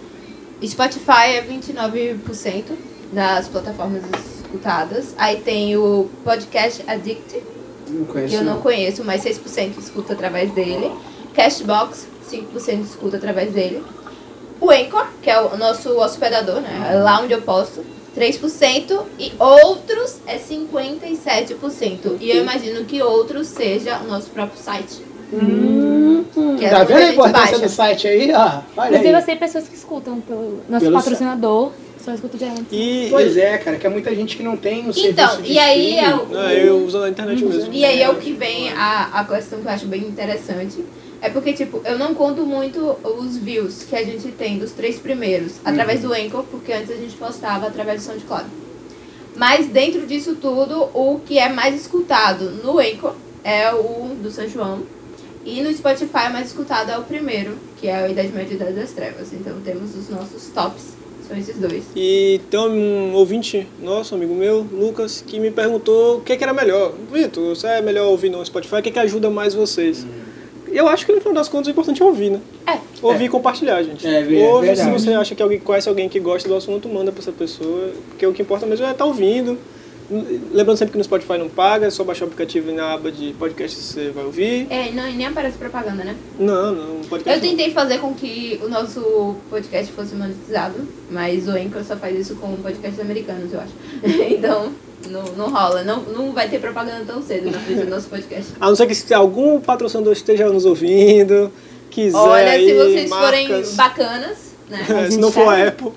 Spotify é vinte e nove por cento das plataformas escutadas. Aí tem o Podcast Addict, Não conheço. que eu não não. conheço, mas seis por cento escuta através dele. Cashbox, cinco por cento escuta através dele. O Anchor, que é o nosso hospedador, né? É lá onde eu posto, três por cento. E outros é cinquenta e sete por cento. E eu imagino que outros seja o nosso próprio site. Hum, Que é tá onde vendo a gente importância baixa. do site aí? Ah, olha Inclusive, aí. eu sei pessoas que escutam pelo nosso Pelo patrocinador, só escuta direto. E, Pois é, cara, que é muita gente que não tem o serviço Então, de e aí é streaming. o, Ah, eu uso na internet mesmo. E aí é o que vem a, a questão que eu acho bem interessante. É porque, tipo, eu não conto muito os views que a gente tem dos três primeiros através do Anchor, porque antes a gente postava através do SoundCloud. Mas dentro disso tudo, o que é mais escutado no Anchor é o do São João. E no Spotify o mais escutado é o primeiro, que é a Idade Média e Idade das Trevas. Então temos os nossos tops, são esses dois. E tem um ouvinte nosso, amigo meu, Lucas, que me perguntou o que, que era melhor. Vitor, você é melhor ouvir no Spotify? O que, que ajuda mais vocês? E eu acho que no final das contas o importante é ouvir, né? É. Ouvir e compartilhar, gente. É, é Ouve, se verdade. você acha que alguém conhece alguém que gosta do assunto, manda pra essa pessoa. Porque o que importa mesmo é estar ouvindo. Lembrando sempre que no Spotify não paga, é só baixar o aplicativo e na aba de podcast você vai ouvir. É, não, e nem aparece propaganda, né? Não, não, podcast Eu tentei fazer com que o nosso podcast fosse monetizado, mas o Anchor só faz isso com podcasts americanos, eu acho. Então, não, não rola. Não, não vai ter propaganda tão cedo na frente do nosso podcast. não. A não ser que se algum patrocinador esteja nos ouvindo, quiser Olha, aí, se vocês marcas, forem bacanas, né? é, se não for a Apple.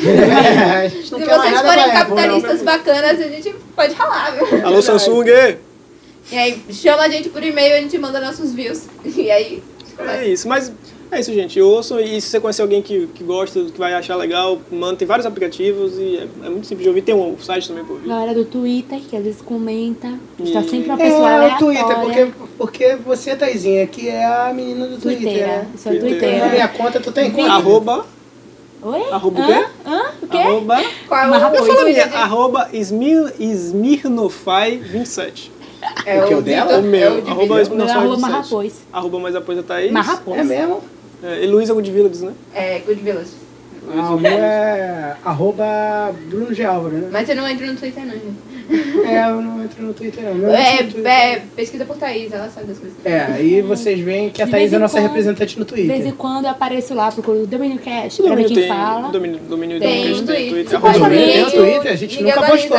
É, a gente não Se quer mais vocês nada forem da Apple, não. capitalistas bacanas, a gente pode ralar, viu? Alô, Samsung! E aí, chama a gente por e-mail, a gente manda nossos views. E aí, É isso, mas é isso, gente. Ouçam, e se você conhecer alguém que, que gosta, que vai achar legal, manda, tem vários aplicativos e é, é muito simples de ouvir. Tem um site também pra ouvir. Galera do Twitter, que às vezes comenta. Está E- sempre uma pessoa É, o aleatória. Twitter, porque, porque você, Taizinha, que é a menina do Twitter, Twitteira. né? Eu sou Twitter. Na twitteira. minha conta, tu tem conta? Arroba. Oi? Arroba o Hã? quê? Hã? O quê? Arroba. qual é Uma o raposa. Eu falo a minha, Twitter de- arroba Smir, Smirnofy vinte e sete. É O que, o Vitor, dela? é O meu, de arroba Vitor. O meu é Smirnofy arroba vinte e sete. marrapôs. Arroba mais apoio da Thaís. Marrapôs. É mesmo? É, e Luísa Good Villages, né? É, Good Village. Ah, o meu é arroba Bruno G. Álvaro, né? Mas você não entra no Twitter, não, gente. É, eu não entro no Twitter, não. Meu É, último Twitter- é, pesquisa por Thaís, ela sabe das coisas. É, aí vocês veem que a De Thaís vez é a em nossa quando- representante no De vez em Twitter. quando eu apareço lá, procuro o Domínio Cast, O pra ver domínio quem tem. fala. Domínio, domínio Tem do Twitter. Twitter. Você arroba pode Domínio ver. tem o domínio. Twitter, a gente Ninguém nunca postou, valoriza. né?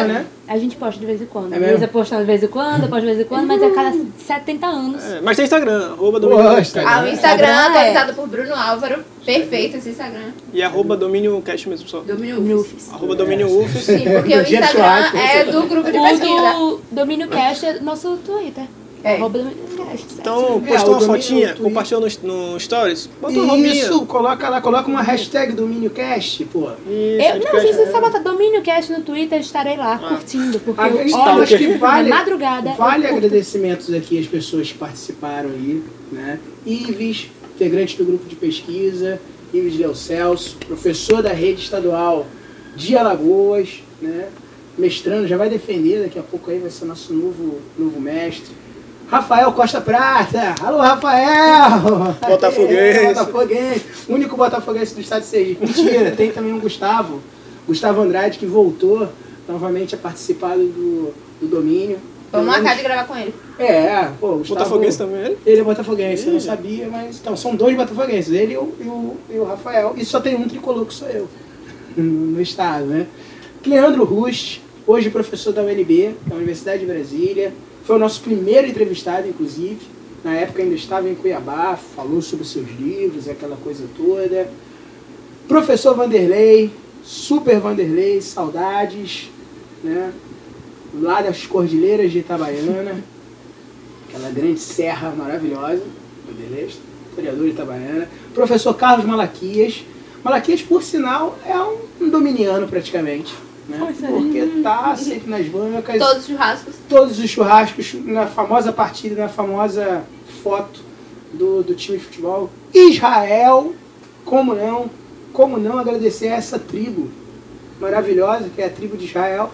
A gente posta de vez em quando. É É mesmo? Luísa posta de vez em quando, eu posto de vez em quando, mas é a cada setenta anos. É, mas tem Instagram, arroba Pô, domínio Instagram. Ah, o Instagram Instagram é- atualizado por Bruno Álvaro. Perfeito esse Instagram. e arroba domínio cast mesmo só. Domínio Nufis. Arroba domínio ufs. Sim, porque o Dia de Instagram churrasco, é você- do grupo de O pesquisa. do Domínio Cast é nosso Twitter. É. Arroba Domínio Cast. certo? Então, É, o postou uma domínio fotinha, Twitter. compartilhou no, no Stories, bota uma roupinha. Isso, coloca lá, coloca uma hashtag DomínioCast, pô. Isso, Eu, não, podcast. se você só botar Domínio Cast no Twitter, estarei lá curtindo. Porque Ah, eu então, olho acho que vale- na madrugada. Vale eu curto. agradecimentos aqui às pessoas que participaram aí, né? Ives, integrante do grupo de pesquisa, Ives Léo Celso, professor da rede estadual de Alagoas, né? Mestrando, já vai defender, daqui a pouco aí vai ser nosso novo, novo mestre. Rafael Costa Prata, alô Rafael! Botafoguense. É, Botafoguense, único botafoguense do estado de Sergipe. Mentira, tem também um Gustavo, Gustavo Andrade, que voltou novamente a participar do, do domínio. Vamos marcar de gravar com ele. É, pô, o Gustavo... Botafoguense também, ele? Ele é botafoguense, eu não sabia, mas... Então, são dois botafoguenses, ele e o, e o, e o Rafael. E só tem um tricolor que sou eu, no estado, né? Leandro Rust, hoje professor da U N B, da Universidade de Brasília. Foi o nosso primeiro entrevistado, inclusive. Na época ainda estava em Cuiabá, falou sobre seus livros, aquela coisa toda. Professor Vanderlei, super Vanderlei, saudades, né? Lá das Cordilheiras de Itabaiana, aquela grande serra maravilhosa, Vanderlei, historiador de Itabaiana. Professor Carlos Malaquias. Malaquias, por sinal, é um dominiano praticamente, né? Porque tá sempre nas bancas, Todos os churrascos. todos os churrascos, na famosa partida, na famosa foto do, do time de futebol. Israel, como não, como não agradecer a essa tribo maravilhosa, que é a tribo de Israel.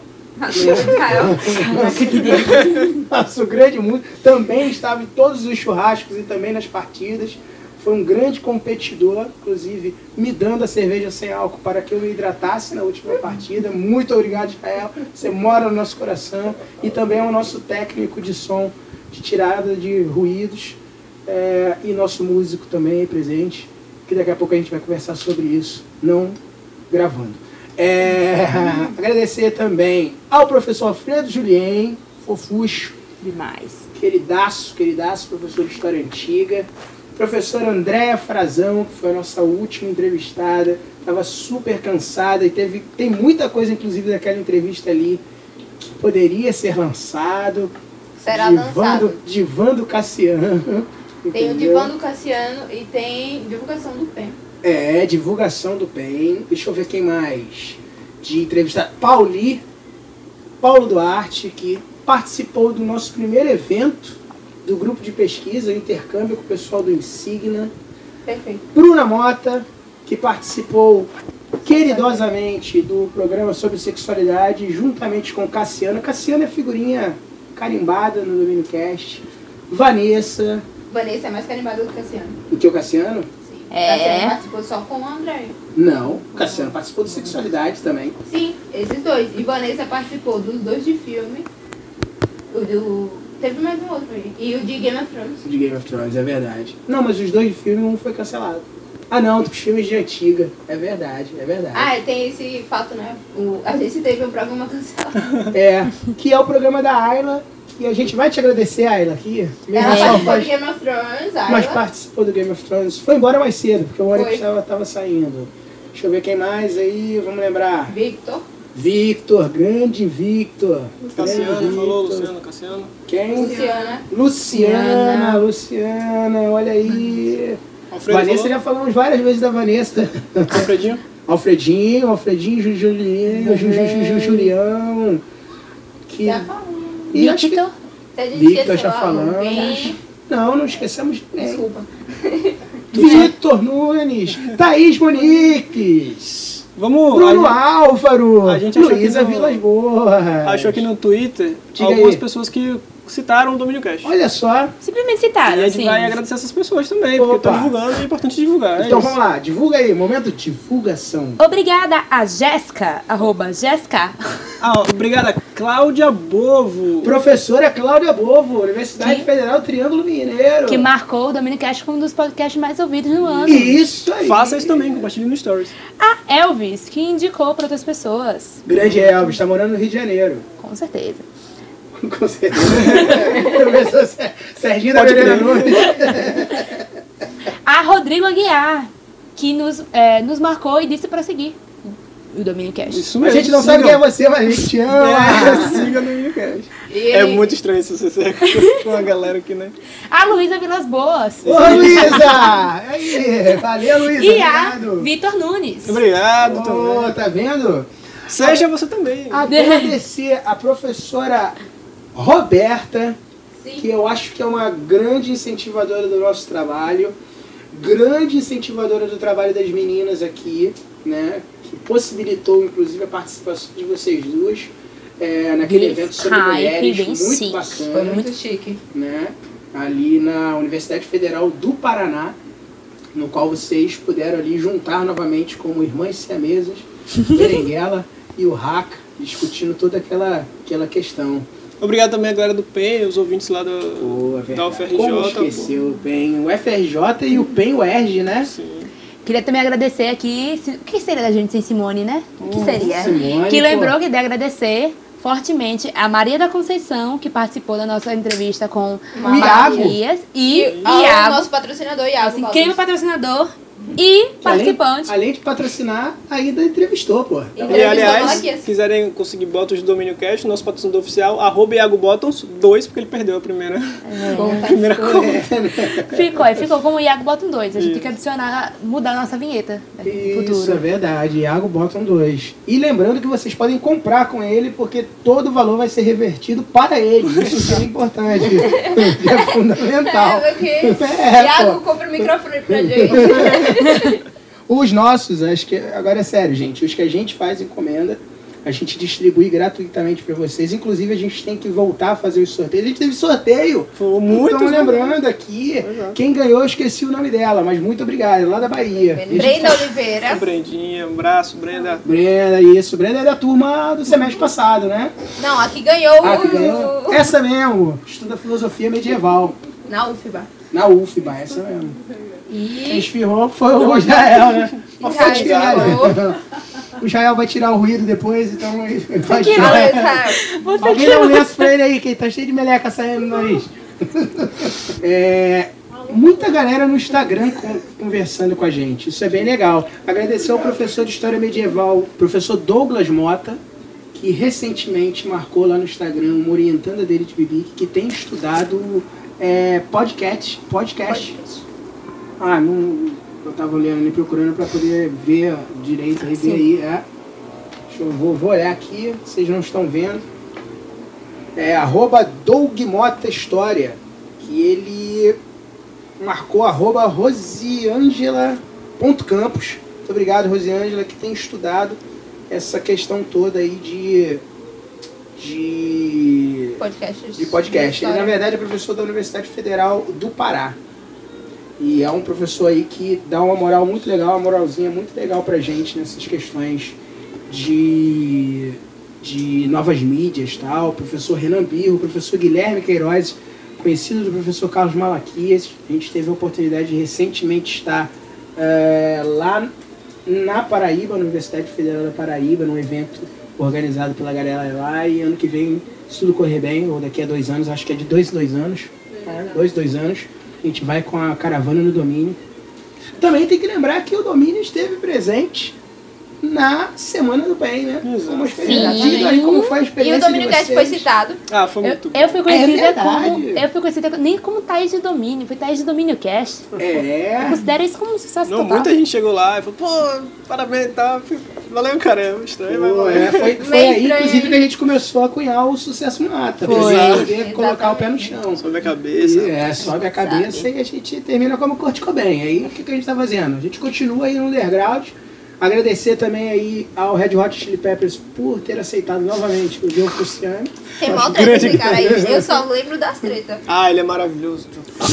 Nosso grande músico também estava em todos os churrascos e também nas partidas. Foi um grande competidor, inclusive me dando a cerveja sem álcool para que eu me hidratasse na última partida. Muito obrigado, Israel. Você mora no nosso coração. E também é o nosso técnico de som, de tirada de ruídos. É, e nosso músico também presente, que daqui a pouco a gente vai conversar sobre isso, não gravando. É, agradecer também ao professor Alfredo Julien, fofucho, Demais. queridaço, queridaço, professor de História Antiga. Professora Andréa Frazão, que foi a nossa última entrevistada, estava super cansada e teve, tem muita coisa, inclusive, daquela entrevista ali que poderia ser lançado. Será Divando, lançado. Divando Cassiano. Tem o entendeu? Divã do Cassiano e tem divulgação do P E M. É, divulgação do P E M. Deixa eu ver quem mais. De entrevistar. Pauli, Paulo Duarte, que participou do nosso primeiro evento do grupo de pesquisa, intercâmbio com o pessoal do Insigna. Perfeito. Bruna Mota, que participou queridosamente do programa sobre sexualidade, juntamente com Cassiano. Cassiano é figurinha carimbada no Domínio Cast. Vanessa, Vanessa é mais carimbada do que Cassiano. o que o Cassiano? Sim. É. Cassiano participou só com o André. Não, o Cassiano participou de sexualidade também. Sim, esses dois. E Vanessa participou dos dois de filme. O do... Teve mais um outro aí. E o de Game of Thrones. De Game of Thrones, é verdade. Não, mas os dois de filme, um foi cancelado. Ah não, dos filmes de antiga. É verdade, é verdade. Ah, e tem esse fato, né? O... A gente teve um programa cancelado. É, que é o programa da Ayla. E a gente vai te agradecer, Ayla, aqui. Mesmo Ela só participou faz- de Game of Thrones, mas Ayla. participou do Game of Thrones. Foi embora mais cedo, porque o ônibus Foi. estava tava saindo. Deixa eu ver quem mais aí, vamos lembrar. Victor. Victor, grande Victor. Cassiano, Grande falou, Victor. Luciano, Cassiano. Quem? Luciana. Luciana, Luciana, olha aí. Alfredo Vanessa, falou. já falamos várias vezes da Vanessa. Alfredinho. Alfredinho, Alfredinho, Ju- Julião, Ju- Ju- Ju- Ju- Julião. Que... Já falou. E acho que... Victor. Se a gente Victor, esqueceu já falamos. alguém, Não, não esquecemos de ninguém. desculpa. Vitor Nunes, Thaís Moniques, Vamos. Bruno a Álvaro, a gente achou Luísa que no- Vilas Boas. gente achou aqui no Twitter Diga algumas aí. pessoas que citaram o Domínio Cast. Olha só. Simplesmente citaram, E a gente assim. vai agradecer essas pessoas também, porque Opa. estão divulgando e é importante divulgar. é Então isso. vamos lá, divulga aí, momento de divulgação. Obrigada a Jéssica, arroba Jéssica. Ah, ó, obrigada, Cláudia Bovo. Professora Cláudia Bovo, Universidade Que- Federal Triângulo Mineiro. Que marcou o Domínio Cast como um dos podcasts mais ouvidos no ano. Isso aí. Faça isso também, compartilhe no Stories. A Elvis, que indicou para outras pessoas. Grande Elvis, tá morando no Rio de Janeiro. Com certeza. Com certeza. Professor Ser- Serginho da Pode Pereira crer. Nunes. A Rodrigo Aguiar, que nos, é, nos marcou e disse para seguir o Domínio Cast. Isso A mesmo. gente não sabe quem é sigam. você, mas a gente te ama. É, siga no Domínio Cast. E É ele- muito estranho se você ser com a galera aqui, né? A Luísa Vilas Boas. Ô, Luísa! Aí, valeu, Luísa. E a Obrigado. Vitor Nunes. Obrigado Ô, também. tá vendo? Seja você também. Agradecer a professora Roberta, Sim. que eu acho que é uma grande incentivadora do nosso trabalho, grande incentivadora do trabalho das meninas aqui, né? Que possibilitou, inclusive, a participação de vocês duas é, naquele Bem evento sobre hype, mulheres, bem muito chique. bacana, Foi muito chique. né? Ali na Universidade Federal do Paraná, no qual vocês puderam ali juntar novamente como irmãs siamesas, Berenguela e o Haka, discutindo toda aquela, aquela questão. Obrigado também a galera do P E N, os ouvintes lá do, Pô, é da verdade. U F R J. Como esquecer o P E N, o F R J e o P E N U E R J, né? Sim. Queria também agradecer aqui. se- O que seria da gente sem Simone, né? O que seria? Simone, que pô. lembrou que de agradecer fortemente a Maria da Conceição, que participou da nossa entrevista com O Iago. Marias, e E o Iago, nosso patrocinador, Iago. nosso incrível patrocinador e Que além, participante. além de patrocinar, ainda entrevistou, pô. E- E Entrevistou aliás, Malaquias. quiserem conseguir botões do Domínio Cast, nosso patrocinador oficial, arroba Iago Bottoms dois, porque ele perdeu a primeira, a primeira compra. Ficou, aí ficou como Iago Bottom dois. A gente tem que adicionar, mudar a nossa vinheta no Isso, é futuro. verdade. Iago Bottom dois. E lembrando que vocês podem comprar com ele, porque todo o valor vai ser revertido para ele. Isso é importante. É fundamental. É, porque É, Iago pô. compra o microfone pra gente. Os nossos, acho que agora é sério, gente. Os que a gente faz encomenda, a gente distribui gratuitamente para vocês. Inclusive, a gente tem que voltar a fazer os sorteios. A gente teve sorteio. Foi muito. Então, lembrando aqui, quem ganhou, eu esqueci o nome dela, mas muito obrigado, lá da Bahia. E a gente Brenda Oliveira. Brendinha, um abraço, Brenda. Brenda, isso. Brenda é da turma do semestre passado, né? Não, aqui ganhou Ah, que o... ganhou. Essa mesmo, estuda filosofia medieval. Na U F B A. Na U F B A, essa mesmo. Quem E... esfirrou foi o Jael, né? Mas foi Jael. tirar. O Jael vai tirar o ruído depois, então ele vai Que tirar. beleza. Alguém dá um lenço pra ele aí, que ele tá cheio de meleca saindo no nariz. É, muita galera no Instagram con- conversando com a gente, isso é bem legal. Agradecer ao professor de História Medieval, professor Douglas Mota, que recentemente marcou lá no Instagram uma orientanda dele de Bibic, que tem estudado é, podcast, podcast. Ah, não, eu tava olhando ali, procurando para poder ver direito, rever aí, é. Deixa eu, vou, vou olhar aqui, vocês não estão vendo. É arroba Doug Mota História, que ele marcou arroba rosiangela.campos. Muito obrigado, Rosiângela, que tem estudado essa questão toda aí de, de, Podcasts. de podcast. Ele, na História. verdade, é professor da Universidade Federal do Pará. E é um professor aí que dá uma moral muito legal, uma moralzinha muito legal pra gente nessas questões de, de novas mídias e tal. O professor Renan Birro, o professor Guilherme Queiroz, conhecido do professor Carlos Malaquias. A gente teve a oportunidade de recentemente estar eh, lá na Paraíba, na Universidade Federal da Paraíba, num evento organizado pela galera lá. E ano que vem, se tudo correr bem, ou daqui a dois anos, acho que é de dois em dois anos, né? dois, dois anos, a gente vai com a caravana no Domínio. Também tem que lembrar que o Domínio esteve presente na Semana do Bem, né? Exato. Como experiência. Sim. Diga aí como foi a E experiência o Domínio de Cast vocês. foi citado. Ah, foi Eu, muito bom. eu fui conhecida É verdade. como. Eu fui conhecida nem como Thaís de Domínio, fui Thaís de Domínio Cast. Eu É. considero isso como um sucesso Não, total. muita gente chegou lá e falou, pô, parabéns e tal. Valeu, cara, é estranho, mas Pô, valeu. é, foi, foi Meio aí, estranho. inclusive, que a gente começou a cunhar o Sucesso Mata. Foi. Pra poder Exatamente. colocar o pé no chão. Sobe a cabeça. E, é, sobe a cabeça e a gente termina como Kurt Cobain. Aí o que, que a gente tá fazendo? A gente continua aí no underground, Agradecer também aí ao Red Hot Chili Peppers por ter aceitado novamente o Joe Fruciano. Tem mó treta esse cara aí. Eu só lembro das tretas. Ah, ele é maravilhoso.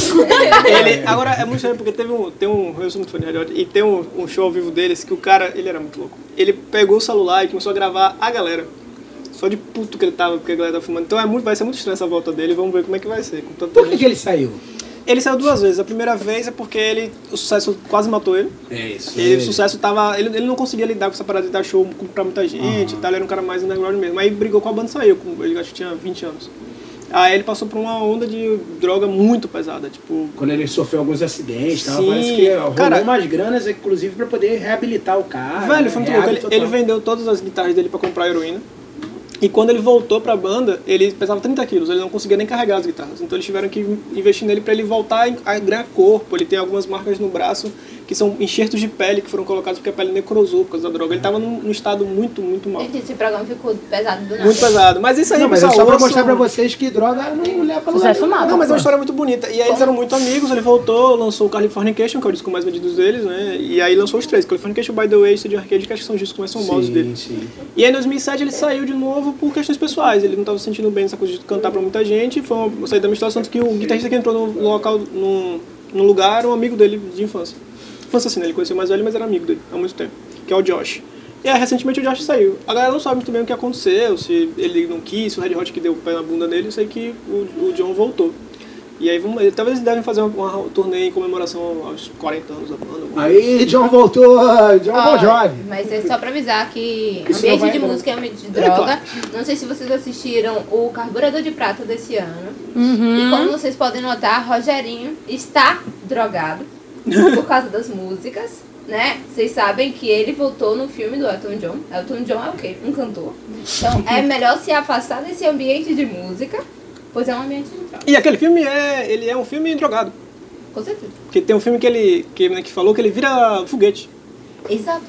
ele, agora, é muito estranho porque teve um, tem um... Eu sou muito fã de Red Hot. E tem um, um show ao vivo deles que o cara... Ele era muito louco. Ele pegou o celular e começou a gravar a galera. Só de puto que ele tava, porque a galera tava filmando. Então é muito, vai ser muito estranho essa volta dele. Vamos ver como é que vai ser. Com tanta Por que, gente. que ele saiu? Ele saiu duas vezes. A primeira vez é porque ele, o sucesso quase matou ele. É isso. Ele, o sucesso tava... Ele, ele não conseguia lidar com essa parada de dar show pra muita gente uhum. e tal. Ele era um cara mais underground mesmo. Aí brigou com a banda e saiu. Com, ele acho que tinha vinte anos. Aí ele passou por uma onda de droga muito pesada. Tipo... Quando ele sofreu alguns acidentes, tal, Sim, parece que rolou cara, umas granas, inclusive, pra poder reabilitar o cara. Velho, foi muito louco. Ele, ele vendeu todas as guitarras dele pra comprar heroína. E quando ele voltou pra banda, ele pesava trinta quilos, ele não conseguia nem carregar as guitarras. Então eles tiveram que investir nele pra ele voltar a ganhar corpo. Ele tem algumas marcas no braço que são enxertos de pele que foram colocados porque a pele necrosou por causa da droga. Ele tava num, num estado muito, muito mal. Gente, esse programa ficou pesado do nada. Muito pesado. Mas isso aí, não, mas é pessoal, só pra ouçam... mostrar pra vocês que droga não leva pra lugar nenhum. Não, mas é uma história muito bonita. E aí eles eram muito amigos, ele voltou, lançou o Californication, que é o disco mais vendido deles, né? E aí lançou os três, Californication, By The Way e City Arcade, que acho que são os discos mais famosos sim, dele. Sim. E aí em dois mil e sete ele saiu de novo por questões pessoais. Ele não estava se sentindo bem nessa coisa de cantar pra muita gente. Foi uma saída da mistura, tanto que o guitarrista que entrou no local, no, no lugar, era um amigo dele de infância. Infância assim, né? Ele conheceu mais velho, mas era amigo dele há muito tempo, que é o Josh. E aí recentemente o Josh saiu. A galera não sabe muito bem o que aconteceu, se ele não quis, se o Red Hot que deu o pé na bunda dele. Eu sei que o, o John voltou. E aí vamos, talvez eles devem fazer uma, uma turnê em comemoração aos quarenta anos da banda. Aí John voltou, John oh, Bon Jovi. Mas é só pra avisar que Isso ambiente de vai, música é ambiente de droga. É, claro. Não sei se vocês assistiram o Carburador de Prata desse ano. Uhum. E como vocês podem notar, Rogerinho está drogado por causa das músicas. Né? Vocês sabem que ele voltou no filme do Elton John. Elton John é o quê? Um cantor. Então é melhor se afastar desse ambiente de música, pois é um ambiente de droga. E aquele filme é, ele é um filme drogado. Com certeza. Porque tem um filme que ele que, né, que falou que ele vira foguete. Exato.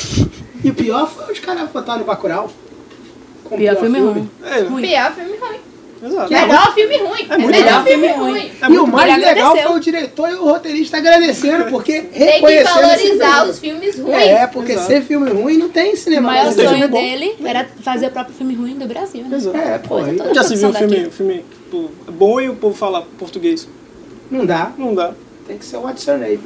E o pior foi os caras botaram no Bacurau. Pior, pior filme, filme ruim. É. ruim. Pior filme ruim. Exato. Melhor filme ruim. É é muito melhor bom. filme ruim. É e o muito mais ele legal agradeceu. foi o diretor e o roteirista agradecendo, porque Tem que reconheceram valorizar os filmes ruins. É, porque Exato. ser filme ruim não tem O cinema maior brasileiro. sonho bom. dele era fazer o próprio filme ruim do Brasil, né? Exato. É, pô, aí Toda Já se viu um produção filme, daqui. um filme tipo, bom e o povo fala português? não dá. Não dá. Tem que ser o What's Your Name.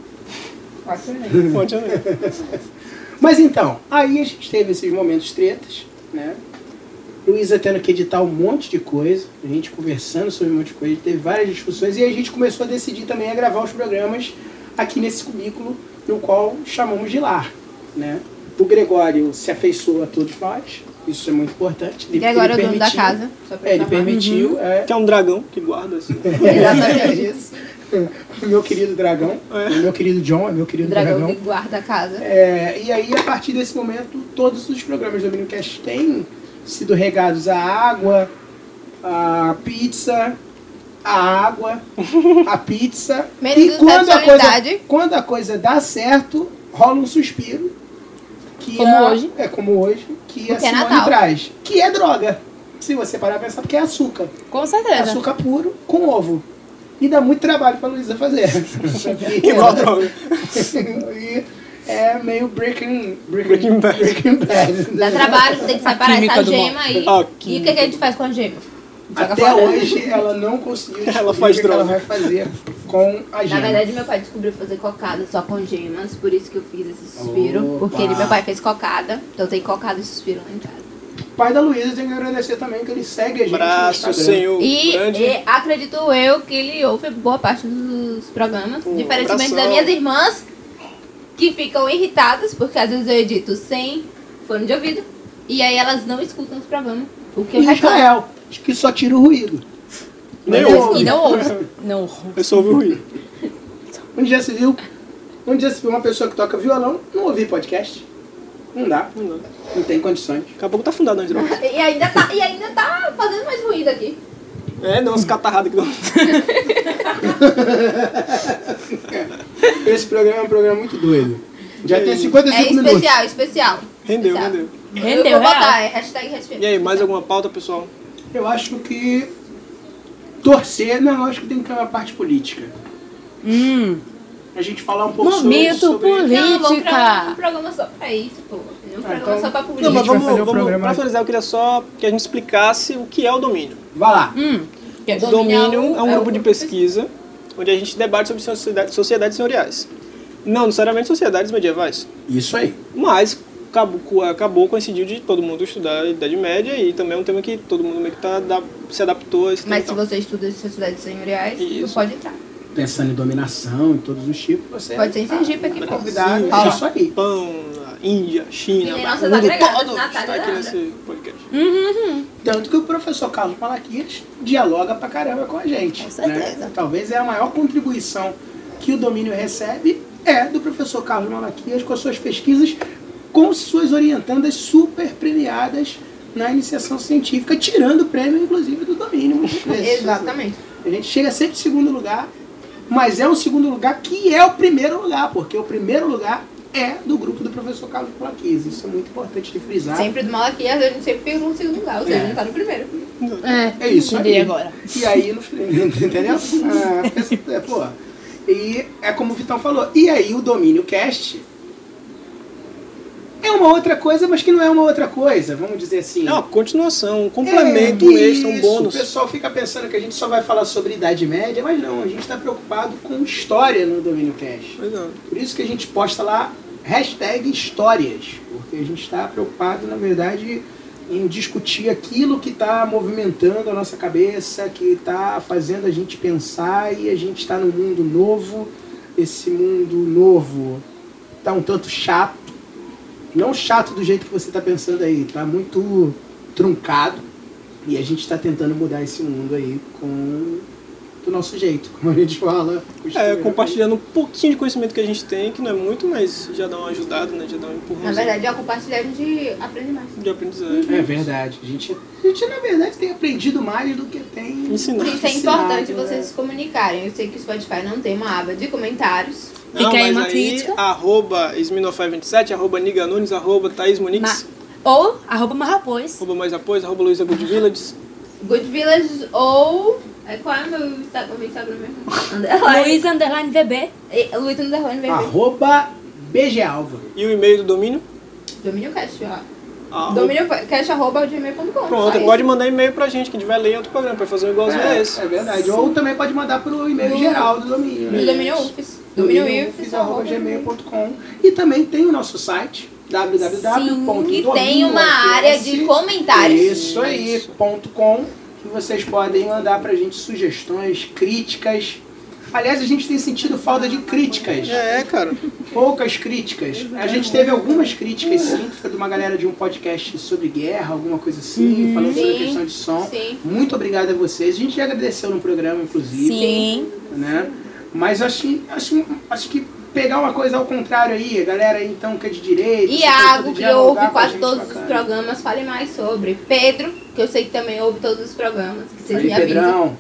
Pode haver. Mas então, aí a gente teve esses momentos tretas, né? Luísa tendo que editar um monte de coisa, a gente conversando sobre um monte de coisa, teve várias discussões e a gente começou a decidir também a gravar os programas aqui nesse cubículo, no qual chamamos de lar, né? O Gregório se afeiçoou a todos nós, isso é muito importante. Ele, Gregório é o ele dono da permitiu- casa. Só pra É, ele informar. permitiu, é, Que é um dragão que guarda assim. Exatamente isso. o meu querido dragão, É. o meu querido John, é meu querido Dragão dragão. que guarda a casa. É, e aí, a partir desse momento, todos os programas do Dominicast têm sido regados a água, a pizza, a água, a pizza. Menos e quando a, coisa, sexualidade. quando a coisa dá certo, rola um suspiro. Que Como é, hoje. É como hoje, que a Porque é Simone Natal. traz. Que é droga. Se você parar pra pensar, porque é açúcar. Com É certeza. açúcar puro com ovo. E dá muito trabalho pra Luísa fazer. Igual droga. E é meio breaking, breaking, Breaking Bad. Breaking Bad. Dá trabalho, tem que separar química essa do gema aí. Ah, E o que, que a gente faz com a gema? Joga Até fora. hoje ela não conseguiu descobrir Ela faz o que ela droga. vai fazer com a Na gema. verdade, meu pai descobriu fazer cocada só com gemas, por isso que eu fiz esse suspiro. Opa. Porque ele, meu pai fez cocada, então tem cocada e suspiro lá em casa. O pai da Luísa tem que agradecer também que ele segue a gente Abraço, no Instagram. senhor E, grande. e acredito eu que ele ouve boa parte dos programas, Um diferentemente abração. das minhas irmãs, que ficam irritadas, porque às vezes eu edito sem fone de ouvido, e aí elas não escutam os programas, o que eu E reclamo. Israel, que só tira o ruído. Nem Mas ouve. E não ouve. Não ouve. Eu só ouvi o ruído. Onde já se viu? Onde já se viu uma pessoa que toca violão não ouvir podcast? Não dá, Não dá. não tem condições. Daqui a pouco tá fundado na droga. E ainda tá, e ainda tá fazendo mais ruído aqui. É, não, as catarradas que dão. Esse programa é um programa muito doido. Já tem cinquenta e É cinco minutos. especial, especial. Rendeu, especial. rendeu. Rendeu, eu vou real. botar, é hashtag respeito. E aí, mais alguma pauta, pessoal? Eu acho que torcer, não, eu acho que tem que ter uma parte política. Hum. a gente falar um pouco Momento sobre... sobre... Não, vamos política. criar um programa só pra isso, pô. Um programa então- só pra Não, política. mas vai vamos, fazer o vamos programa- pra finalizar, eu queria só que a gente explicasse o que é o domínio. Vai lá. Hum. Que O domínio é um o- grupo de pesquisa onde a gente debate sobre sociedade- sociedades senhoriais. Não necessariamente sociedades medievais, Isso aí. mas acabou, acabou coincidiu de todo mundo estudar a Idade Média e também é um tema que todo mundo meio que tá, da- se adaptou a esse tema Mas e se tal. você estuda as sociedades senhoriais, Isso. tu pode entrar. Pensando em dominação, em todos os tipos, você... Pode ser em Sergipe aqui, tá pô. convidado. Sim. É isso aí. Japão, Índia, China, E nem o nossas mundo agregadas, todo Natália está aqui Danda. nesse podcast. Tanto que o professor Carlos Malaquias dialoga pra caramba com a gente. Com certeza. Né? Talvez é a maior contribuição que o domínio recebe é do professor Carlos Malaquias com as suas pesquisas, com suas orientandas super premiadas na iniciação científica, tirando o prêmio, inclusive, do domínio. muitas vezes. Exatamente. A gente chega sempre em segundo lugar, mas é um segundo lugar que é o primeiro lugar, porque o primeiro lugar é do grupo do professor Carlos Malaquias. Isso é muito importante de frisar. Sempre do Malaquias, a gente sempre fica no segundo lugar, ou seja, É. não tá no primeiro. É isso Entendi aí. agora. E aí, no final, entendeu? Ah, essa- é, pô. E é como o Vitão falou. E aí, o Domínio Cast é uma outra coisa, mas que não é uma outra coisa, vamos dizer assim. É uma continuação, um complemento, É, um extra, um isso. bônus. O pessoal fica pensando que a gente só vai falar sobre Idade Média, mas não, a gente está preocupado com história no Domínio Cast. Pois é. Por isso que a gente posta lá hashtag histórias, porque a gente está preocupado, na verdade, em discutir aquilo que está movimentando a nossa cabeça, que está fazendo a gente pensar, e a gente está num mundo novo. Esse mundo novo está um tanto chato, não chato do jeito que você está pensando aí, está muito truncado, e a gente está tentando mudar esse mundo aí com do nosso jeito, como a gente fala. É, costumeiramente. compartilhando um pouquinho de conhecimento que a gente tem, que não é muito, mas já dá uma ajudada, né? Já dá um empurrão Na verdade, é o compartilhamento de aprender mais. de aprendizagem. É verdade. A gente, a gente, na verdade, tem aprendido mais do que tem Ensinar. Por isso é ensinado, importante né? vocês se comunicarem. Eu sei que o Spotify não tem uma aba de comentários. Fica Não, aí mas uma crítica. Arroba Sminofy vinte e sete, arroba Niga Nunes, arroba Thaís Monix, Ma- Ou arroba Marrapôs. arroba Mais Apoios, arroba Luísa Good Villages. Good Village ou... É, qual é o meu Instagram, meu Instagram mesmo? Underline. Luiz Underline V B. E- Luiz Underline V B. Arroba B G Álvaro. E o e-mail do domínio? DomínioCast, ó. Arroba- DomínioCast arroba gmail ponto com. Pronto, Só isso. pode mandar e-mail pra gente, que a gente vai ler em outro programa, pra fazer um igualzinho a É, esse. é verdade. Ou também pode mandar pelo e-mail Do- geral do domínio. Do né? domínio U F S. Domínio U F S, arroba gmail ponto com. E também tem o nosso site, w w w ponto que domínio tem uma F S. área de comentários. Isso aí, ponto com, que vocês podem mandar pra gente sugestões, críticas. Aliás, a gente tem sentido falta de críticas. É, cara. Poucas críticas. A gente teve algumas críticas, sim, que foi de uma galera de um podcast sobre guerra, alguma coisa assim, falando sobre a Sim, questão de som. sim. Muito obrigado a vocês. A gente já agradeceu no programa, inclusive. Sim. Né? Mas acho, acho, acho que pegar uma coisa ao contrário aí, a galera aí então que é de direita. Iago, que dialogar ouve com a quase gente, todos os bacana. programas, fale mais sobre. Pedro, que eu sei que também ouve todos os programas, que vocês Aí, me avisam. Pedrão.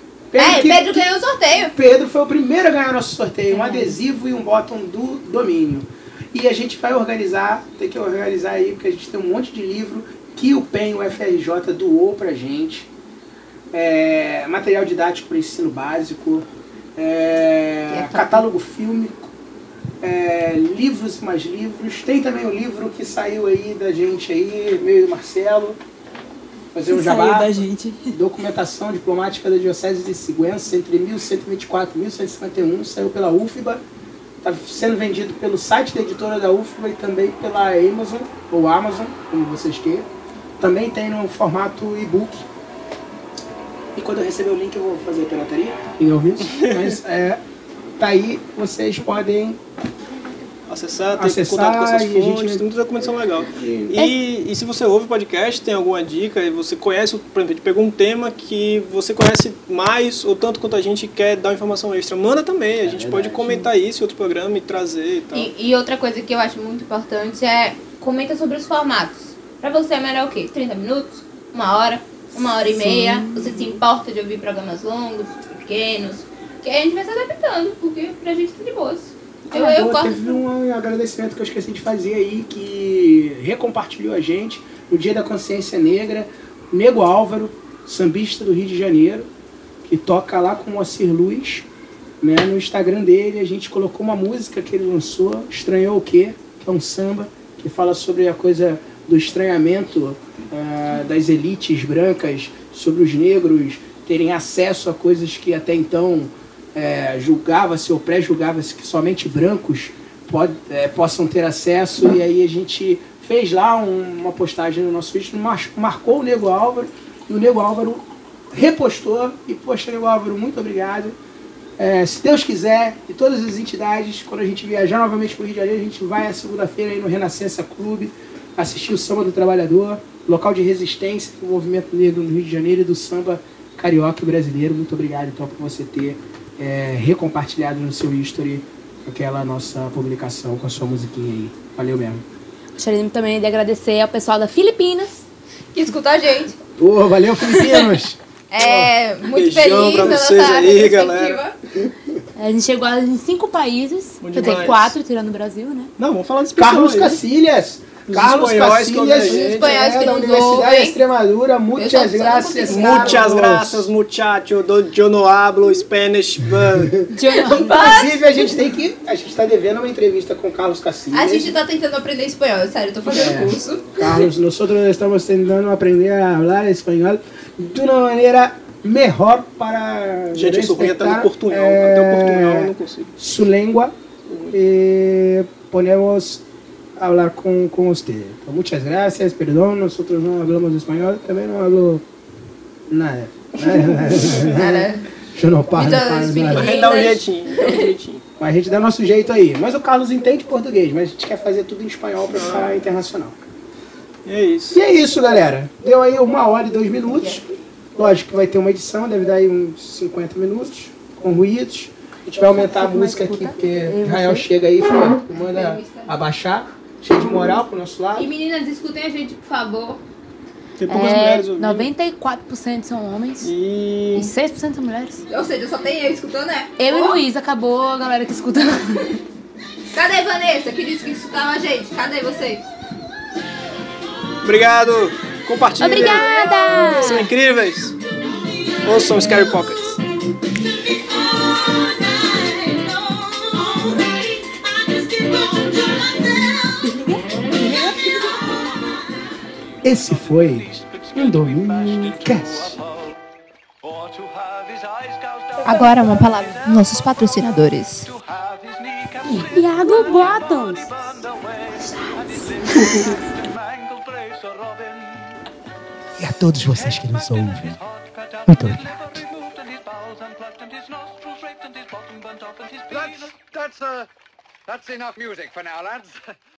É, que- Pedro que- ganhou o sorteio. Pedro foi o primeiro a ganhar nosso sorteio, um adesivo e um bottom do domínio. E a gente vai organizar, tem que organizar aí, porque a gente tem um monte de livro que o P E N, o F R J, doou pra gente. É, material didático para ensino básico, é, catálogo fílmico, é, livros e mais livros. Tem também o livro que saiu aí da gente aí, meu e do Marcelo. Fazer um jabá. Saiu da gente. Documentação diplomática da Diocese de Sigüenza entre mil cento e vinte e quatro e mil cento e cinquenta e um, saiu pela U F B A, está sendo vendido pelo site da editora da U F B A e também pela Amazon, ou Amazon, como vocês queiram. Também tem no formato e-book. E quando eu receber o link eu vou fazer a pirataria, ninguém ouviu isso? Mas é, tá aí, vocês podem Acessar, ter Acessar contato com essas e a fontes, gente- tem muita documentação legal. E- E, e se você ouve o podcast, tem alguma dica, e você conhece, por exemplo, a gente pegou um tema que você conhece mais, ou tanto quanto a gente quer dar uma informação extra, manda também, a gente pode verdade. comentar isso em outro programa e trazer e tal. E, e outra coisa que eu acho muito importante é comenta sobre os formatos. Pra você é melhor o quê? trinta minutos? Uma hora? Uma hora e meia? Você se importa de ouvir programas longos, pequenos? Que aí a gente vai se adaptando, porque pra gente tá de boas. Eu, Ah, eu boa, gosto. teve um agradecimento que eu esqueci de fazer aí, que recompartilhou a gente no Dia da Consciência Negra, Nego Álvaro, sambista do Rio de Janeiro, que toca lá com o Moacir Luz. né, no Instagram dele, a gente colocou uma música que ele lançou, Estranhou o Quê? Que é um samba que fala sobre a coisa do estranhamento uh, das elites brancas sobre os negros terem acesso a coisas que até então é, julgava-se ou pré-julgava-se que somente brancos pode, é, possam ter acesso. E aí a gente fez lá um, uma postagem no nosso vídeo, mar, marcou o Nego Álvaro, e o Nego Álvaro repostou. E, poxa, Nego Álvaro, muito obrigado. É, se Deus quiser, e todas as entidades, quando a gente viajar novamente para o Rio de Janeiro, a gente vai a segunda-feira aí no Renascença Clube assistir o Samba do Trabalhador, local de resistência do movimento negro no Rio de Janeiro e do samba carioca e brasileiro. Muito obrigado, então, por você ter é, recompartilhado no seu history aquela nossa publicação com a sua musiquinha aí. Valeu mesmo. Gostaria também de agradecer ao pessoal da Filipinas Que escuta a gente. Pô, valeu, Filipinos! É, muito Beijão feliz pra da vocês nossa aí, retrospectiva. galera. A gente chegou em cinco países, Bom quer dizer, demais. quatro, tirando o Brasil, né? Não, vamos falar desse Carlos pessoal aí. Cacilhas! Os Carlos espanhóis que ouvem a Cacilhas, gente, espanhóis é, que da nos Universidade ouvem. de Extremadura. Eu Muitas só- só não graças, consigo. Muchas Carlos. gracias, muchacho. Do, yo no hablo Spanish. but- Inclusive, a gente tem que... A gente tá devendo uma entrevista com o Carlos Cacilhas. A gente tá tentando aprender espanhol, sério, eu tô fazendo É. curso. Carlos, nosotros estamos tentando aprender a hablar espanhol de una manera mejor para Gente, eu sou ruim até no respetar, portunhol. eh, Até o portunhol eu não consigo. su lengua y podemos hablar con, con usted. Então, muchas gracias, perdón, nosotros no hablamos español, também não hablo nada. Cara, Eu não parlo, Então, parlo speak nada. Mas a gente dá um English. jeitinho, dá um jeitinho. Mas a gente dá nosso jeito aí. Mas o Carlos entende português, mas a gente quer fazer tudo em espanhol para ficar internacional. E é isso. E é isso, galera. Deu aí uma hora e dois minutos. Lógico que vai ter uma edição, deve dar aí uns cinquenta minutos, com ruídos. A gente vai aumentar a música aqui, porque Israel chega aí e manda abaixar. Cheio de moral pro nosso lado. E meninas, escutem a gente, por favor. Tem poucas É, mulheres ouvindo. noventa e quatro por cento são homens E... e seis por cento são mulheres. Ou seja, só tem eu escutando, né? Eu e Oh, Luiz, acabou a galera que escuta. Cadê Vanessa, que disse que escutava a gente? Cadê você? Obrigado. Compartilha. Obrigada! São incríveis. Ouçam Scary Pockets. Esse foi um Domínio Cast. Agora uma palavra dos nossos patrocinadores. Iago Bottoms! E a todos vocês que nos ouvem, muito obrigado. That's, that's, uh, that's enough music for now, lads.